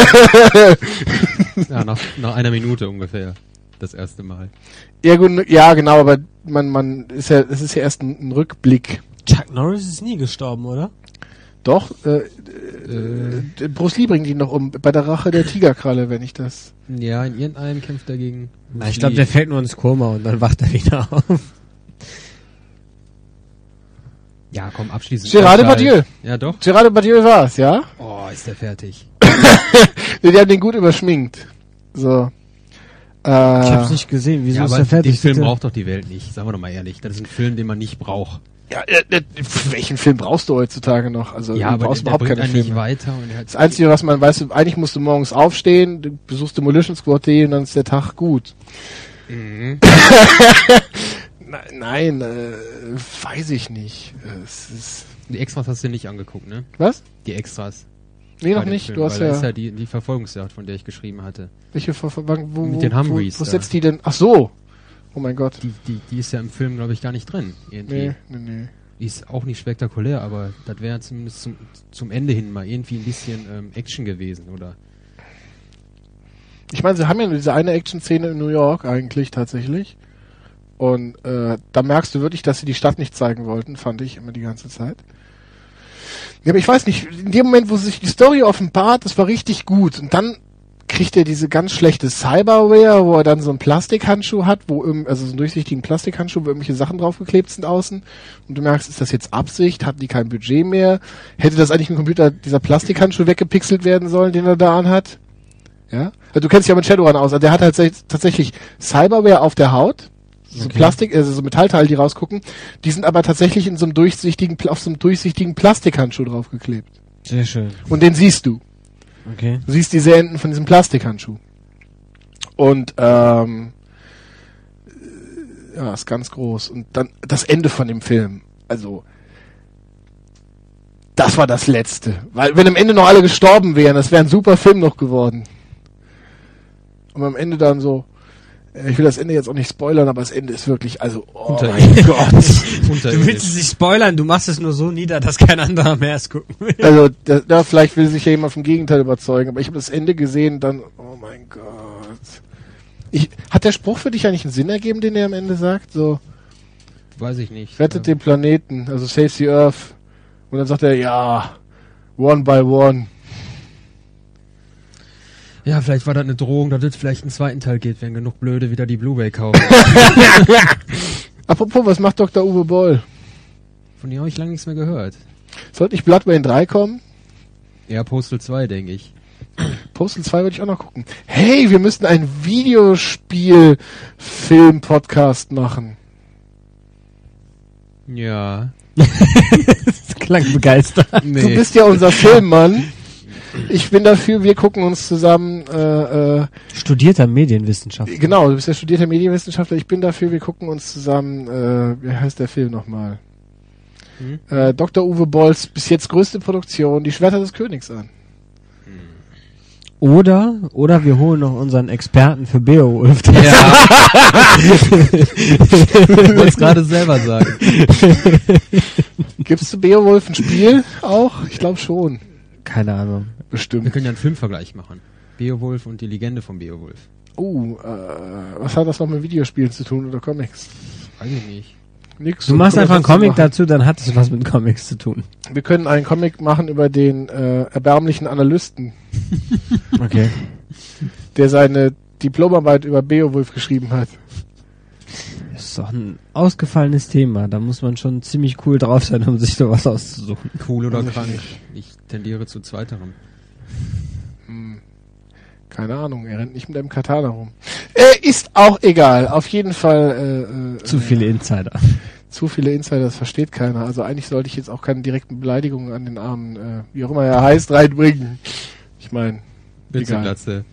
Ja, nach, nach einer Minute ungefähr. Das erste Mal. ja, gut, ja, genau, aber man, man ist ja, es ist ja erst ein, ein Rückblick. Chuck Norris ist nie gestorben, oder? Doch, äh, äh, Bruce Lee bringt ihn noch um, bei der Rache der Tigerkralle, wenn ich das. Ja, in irgendeinem kämpft er gegen... Na, ich glaube, der fällt nur ins Koma und dann wacht er wieder auf. Ja, komm, abschließend. Gerard Urteil. Depardieu. Ja, doch. Gerard Depardieu war's, ja? Oh, ist der fertig. Die haben den gut überschminkt. So. Äh, Ich hab's nicht gesehen. Wieso Ja, ist aber der fertig? den Film bitte? braucht doch die Welt nicht. Sagen wir doch mal ehrlich. Das ist ein Film, den man nicht braucht. ja, äh, äh, welchen Film brauchst du heutzutage noch? Also, Ja, du aber brauchst der, der überhaupt bringt keine einen nicht Filme. weiter. Und er hat Das Einzige, was man weiß, eigentlich musst du morgens aufstehen, du besuchst Demolition Squad punkt de und dann ist der Tag gut. Mhm. Na, nein, äh, weiß ich nicht. Es ist, Die Extras hast du dir nicht angeguckt, ne? was? Die Extras. Nee, bei noch dem nicht. Film, Du hast weil ja, da ist ja die, die Verfolgungsjagd, von der ich geschrieben hatte. welche Ver Ver wo, wo, Mit den Humvees Wo, wo da. setzt die denn? Ach so. Oh mein Gott. Die, die, die ist ja im Film, glaube ich, gar nicht drin. Irgendwie. Nee, nee, nee. Die ist auch nicht spektakulär, aber das wäre zumindest zum, zum Ende hin mal irgendwie ein bisschen ähm, Action gewesen, oder? Ich meine, sie haben ja nur diese eine Action-Szene in New York eigentlich tatsächlich. Und äh, da merkst du wirklich, dass sie die Stadt nicht zeigen wollten, fand ich immer die ganze Zeit. Ja, aber ich weiß nicht, in dem Moment, wo sich die Story offenbart, das war richtig gut. Und dann kriegt er diese ganz schlechte Cyberware, wo er dann so einen Plastikhandschuh hat, wo irgend, also so einen durchsichtigen Plastikhandschuh, wo irgendwelche Sachen draufgeklebt sind außen. Und du merkst, ist das jetzt Absicht? Hatten die kein Budget mehr? Hätte das eigentlich mit dem Computer, dieser Plastikhandschuh weggepixelt werden sollen, den er da anhat? Ja? Also du kennst dich ja mit Shadowrun aus. Also der hat halt se- tatsächlich Cyberware auf der Haut. So Okay. Plastik, also so Metallteile, die rausgucken. Die sind aber tatsächlich in so einem durchsichtigen, Pla- auf so einem durchsichtigen Plastikhandschuh draufgeklebt. Sehr schön. Und den siehst du. Okay. Du siehst diese Enden von diesem Plastikhandschuh. Und ähm, ja, ist ganz groß. Und dann das Ende von dem Film. Also das war das Letzte. Weil wenn am Ende noch alle gestorben wären, das wäre ein super Film noch geworden. Und am Ende dann so, äh, ich will das Ende jetzt auch nicht spoilern, aber das Ende ist wirklich, also, oh Unter- mein Gott. Du willst es nicht spoilern, du machst es nur so nieder, dass kein anderer mehr es gucken will. Also, da, da vielleicht will sich ja jemand vom Gegenteil überzeugen, aber ich habe das Ende gesehen, dann, oh mein Gott. Ich, hat der Spruch für dich eigentlich einen Sinn ergeben, den er am Ende sagt? So, Weiß ich nicht. rettet ja. den Planeten, also save the Earth. Und dann sagt er, ja, one by one. Ja, vielleicht war das eine Drohung, dass es vielleicht einen zweiten Teil geht, wenn genug Blöde wieder die Blu-ray kaufen. Apropos, was macht Doktor Uwe Boll? Von dem habe ich lange nichts mehr gehört. Sollte nicht Blood Rain drei kommen? Eher Postal zwei, denke ich. Postal zwei würde ich auch noch gucken. Hey, wir müssten einen Videospiel-Film-Podcast machen. Ja. Das klang begeistert. Nee. Du bist ja unser Filmmann. Ich bin dafür, wir gucken uns zusammen, äh, äh, Studierter Medienwissenschaftler. genau, du bist ja studierter Medienwissenschaftler, ich bin dafür, wir gucken uns zusammen, äh, wie heißt der Film nochmal? Hm? Äh, Doktor Uwe Bolls bis jetzt größte Produktion, Die Schwerter des Königs an. Oder, oder wir holen noch unseren Experten für Beowulf. Ja. Ich wollte es gerade selber sagen. Gibt's zu Beowulf ein Spiel auch? Ich glaube schon. Keine Ahnung. Wir Bestimmt. können ja einen Filmvergleich machen. Beowulf und die Legende von Beowulf. Oh, äh, was hat das noch mit Videospielen zu tun oder Comics? Weiß ich nicht. Nix. Du machst Können wir einfach einen trotzdem Comic machen. dazu, dann hat es was mit Comics zu tun. Wir können einen Comic machen über den äh, erbärmlichen Analysten, Okay. der seine Diplomarbeit über Beowulf geschrieben hat. Das ist doch ein ausgefallenes Thema. Da muss man schon ziemlich cool drauf sein, um sich sowas auszusuchen. Cool oder Weiß ich krank? nicht. Ich tendiere zu zweiterem. Hm. Keine Ahnung, er rennt nicht mit einem Katana rum. Äh, ist auch egal. Auf jeden Fall äh, äh, Zu viele Insider. zu viele Insider, das versteht keiner. Also eigentlich sollte ich jetzt auch keine direkten Beleidigungen an den armen, äh, wie auch immer er heißt, reinbringen. Ich meine, egal. Witzelglatze.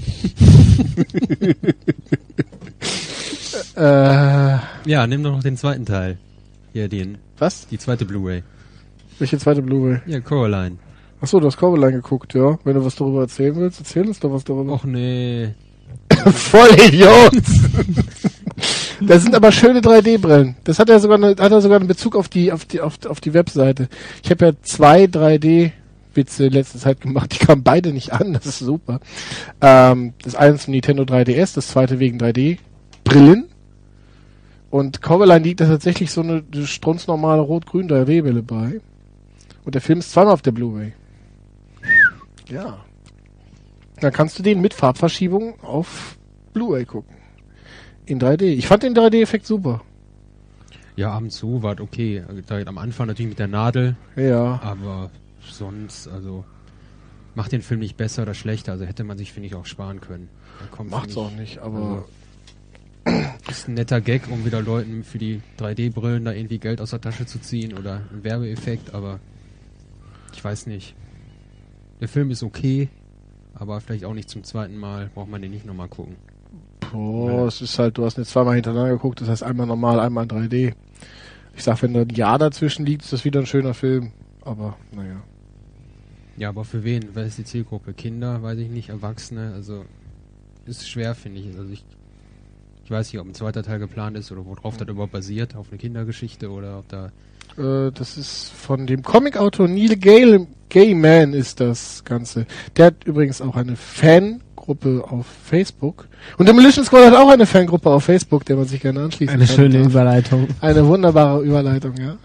Äh, Ja, nimm doch noch den zweiten Teil. Hier, den, was? die zweite Blu-ray. Welche zweite Blu-ray? Ja, Coraline. Achso, du hast Coraline geguckt, ja. Wenn du was darüber erzählen willst, erzähl uns doch was darüber. Och nee. Voll Idiot! Das sind aber schöne drei D-Brillen. Das hat er sogar eine, hat er sogar einen Bezug auf die, auf die, auf, auf die Webseite. Ich habe ja zwei drei D-Witze in letzter Zeit gemacht, die kamen beide nicht an, das ist super. Ähm, das eine zum Nintendo drei D S, das zweite wegen drei D-Brillen. Und Coraline liegt da tatsächlich so eine, eine strunznormale rot-grün drei D-Brille bei. Und der Film ist zweimal auf der Blu-ray. Ja. Dann kannst du den mit Farbverschiebung auf Blu-ray gucken. In drei D. Ich fand den drei D-Effekt super. Ja, ab und zu war okay. Direkt am Anfang natürlich mit der Nadel, Ja. aber sonst, also, macht den Film nicht besser oder schlechter. Also hätte man sich, finde ich, auch sparen können. Da kommt, Macht's find auch ich, nicht, aber ist ein netter Gag, um wieder Leuten für die drei D-Brillen da irgendwie Geld aus der Tasche zu ziehen oder ein Werbeeffekt, aber ich weiß nicht. Der Film ist okay, aber vielleicht auch nicht zum zweiten Mal. Braucht man den nicht nochmal gucken. boah, es ist halt, du hast jetzt zweimal hintereinander geguckt, das heißt einmal normal, einmal in drei D. Ich sag, wenn da ein Jahr dazwischen liegt, ist das wieder ein schöner Film. Aber, naja. Ja, aber für wen? Wer ist die Zielgruppe? Kinder, weiß ich nicht, Erwachsene, also ist schwer, finde ich. Also ich, ich weiß nicht, ob ein zweiter Teil geplant ist oder worauf das überhaupt basiert, auf eine Kindergeschichte oder ob da... Äh, das ist von dem Comicautor Neil Gaiman, Gaiman ist das Ganze. Der hat übrigens auch eine Fangruppe auf Facebook. Und Demolition Squad hat auch eine Fangruppe auf Facebook, der man sich gerne anschließen Eine kann. schöne Überleitung. Eine wunderbare Überleitung, ja.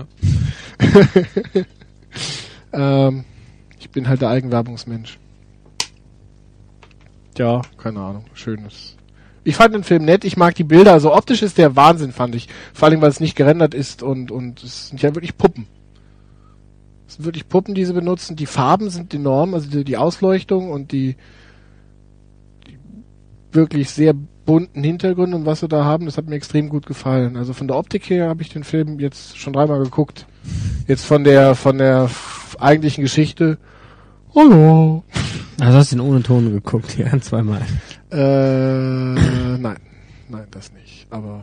Ja. ähm, ich bin halt der Eigenwerbungsmensch. Ja, keine Ahnung. Schönes. Ich fand den Film nett, ich mag die Bilder, also optisch ist der Wahnsinn, fand ich. Vor allem, weil es nicht gerendert ist und, und es sind ja wirklich Puppen. Es sind wirklich Puppen, die sie benutzen. Die Farben sind enorm, also die, die Ausleuchtung und die, die wirklich sehr bunten Hintergründe und was sie da haben, das hat mir extrem gut gefallen. Also von der Optik her habe ich den Film jetzt schon dreimal geguckt. Jetzt von der, von der f- eigentlichen Geschichte. Hallo. Also hast du den ohne Ton geguckt, ja, zweimal. Äh, nein. Nein, das nicht. Aber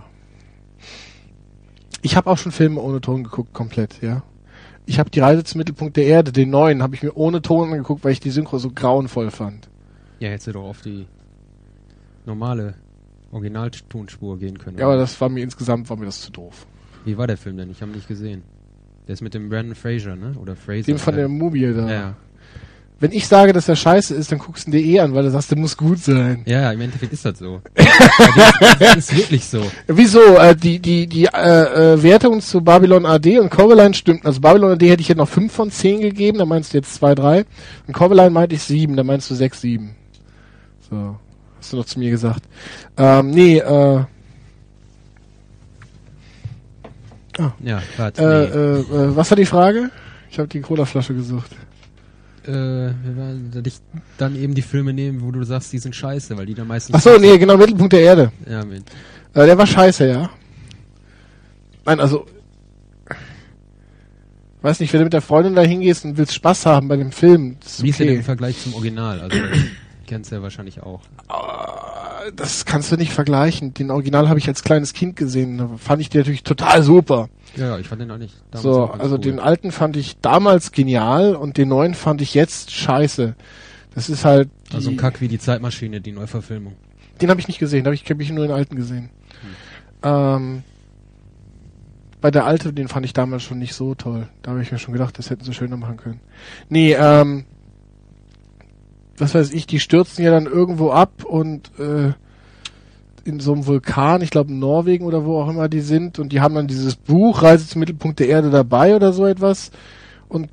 ich habe auch schon Filme ohne Ton geguckt, komplett, ja. Ich habe die Reise zum Mittelpunkt der Erde, den neuen, habe ich mir ohne Ton angeguckt, weil ich die Synchro so grauenvoll fand. Ja, hättest du doch auf die normale Originaltonspur gehen können. Ja, aber das war mir insgesamt, war mir das zu doof. Wie war der Film denn? Ich habe ihn nicht gesehen. Der ist mit dem Brandon Fraser, ne? Oder Fraser. Den von der ja, Mumie da. ja. Wenn ich sage, dass der scheiße ist, dann guckst du ihn dir eh an, weil du sagst, der muss gut sein. Ja, ja, im Endeffekt ist das so. das, das ist wirklich so. Wieso? Äh, die die die äh, äh, Wertungen zu Babylon A D und Coraline stimmten. Also Babylon A D hätte ich jetzt noch fünf von zehn gegeben, da meinst du jetzt zwei, drei. Und Coraline meinte ich sieben, da meinst du sechs, sieben. So, hast du noch zu mir gesagt. Ähm, nee, äh, Ja, warte, äh, nee. äh, äh, was war die Frage? Ich habe die Colaflasche gesucht. Äh, wir werden dass ich dann eben die Filme nehmen, wo du sagst, die sind scheiße, weil die dann meistens... Ach so, nee, genau, Mittelpunkt der Erde. Ja, mit. Äh, der war scheiße, ja. Nein, also, weiß nicht, wenn du mit der Freundin da hingehst und willst Spaß haben bei dem Film, das ist Wie ist der denn im okay. Vergleich zum Original? Also, kennst du ja wahrscheinlich auch. Äh, Das kannst du nicht vergleichen. Den Original habe ich als kleines Kind gesehen. Da fand ich den natürlich total super. Ja, ja, ich fand den auch nicht. damals So, auch ganz also cool. den alten fand ich damals genial und den neuen fand ich jetzt scheiße. Das ist halt die, Also ein Kack wie die Zeitmaschine, die Neuverfilmung. Den habe ich nicht gesehen, da habe ich, hab ich nur den alten gesehen. Hm. Ähm, bei der Alte, den fand ich damals schon nicht so toll. Da habe ich mir schon gedacht, das hätten sie schöner machen können. Nee, ähm, was weiß ich, die stürzen ja dann irgendwo ab und äh, in so einem Vulkan, ich glaube in Norwegen oder wo auch immer die sind, und die haben dann dieses Buch Reise zum Mittelpunkt der Erde dabei oder so etwas und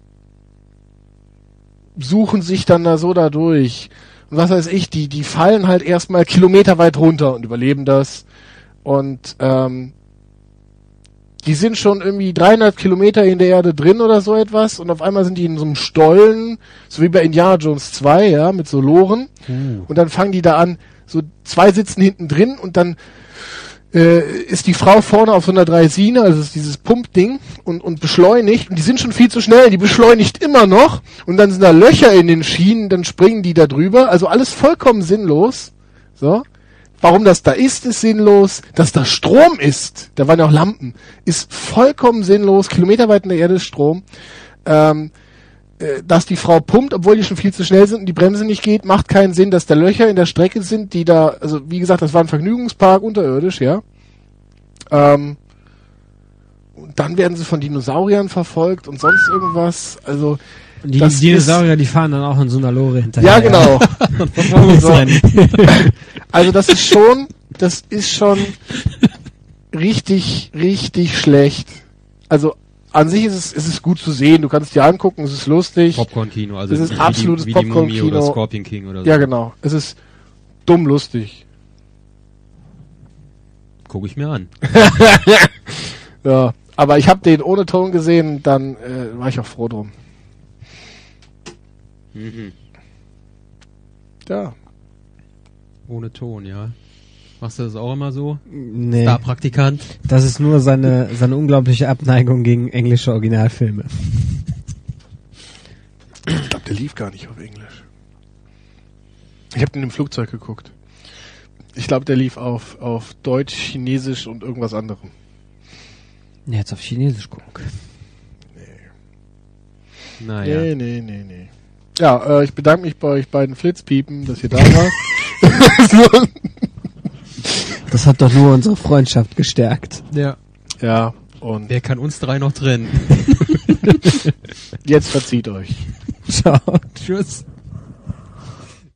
suchen sich dann da so da durch. Und was weiß ich, die, die fallen halt erstmal kilometerweit runter und überleben das. Und ähm, die sind schon irgendwie dreihundert Kilometer in der Erde drin oder so etwas, und auf einmal sind die in so einem Stollen, so wie bei Indiana Jones zwei, ja, mit so Loren. Uh. Und dann fangen die da an, so zwei sitzen hinten drin, und dann äh, ist die Frau vorne auf so einer Draisine, also ist dieses Pumpding, und, und beschleunigt, und die sind schon viel zu schnell, die beschleunigt immer noch, und dann sind da Löcher in den Schienen, dann springen die da drüber, also alles vollkommen sinnlos. So. Warum das da ist, ist sinnlos. Dass da Strom ist, da waren ja auch Lampen, ist vollkommen sinnlos. Kilometerweit in der Erde ist Strom. Ähm, äh, dass die Frau pumpt, obwohl die schon viel zu schnell sind und die Bremse nicht geht, macht keinen Sinn. Dass da Löcher in der Strecke sind, die da, also wie gesagt, das war ein Vergnügungspark unterirdisch, ja. Ähm, und dann werden sie von Dinosauriern verfolgt und sonst irgendwas. Also Und die das Dinosaurier, die fahren dann auch in so einer Lore hinterher. ja, genau. So. Also das ist schon, das ist schon richtig, richtig schlecht. Also an sich ist es, ist es gut zu sehen. Du kannst es dir angucken, es ist lustig. Popcorn-Kino, also Es ist wie absolutes die, wie die Mumie Popcorn-Kino. oder Scorpion King oder so. Ja, genau. Es ist dumm lustig. Guck ich mir an. Ja, aber ich habe den ohne Ton gesehen, dann äh, war ich auch froh drum. Mhm. Ja. Ohne Ton, ja. Machst du das auch immer so? Nee, Star-Praktikant? das ist nur seine, seine unglaubliche Abneigung gegen englische Originalfilme. Ich glaube, der lief gar nicht auf Englisch. Ich habe den im Flugzeug geguckt. Ich glaube, der lief auf, auf Deutsch, Chinesisch und irgendwas anderem. Ja, jetzt auf Chinesisch gucken. Naja. Nee, nee, nee, nee. Ja, äh, ich bedanke mich bei euch beiden Flitzpiepen, dass ihr da wart. Das hat doch nur unsere Freundschaft gestärkt. Ja. Ja, und Wer kann uns drei noch trennen? jetzt verzieht euch. Ciao. Tschüss.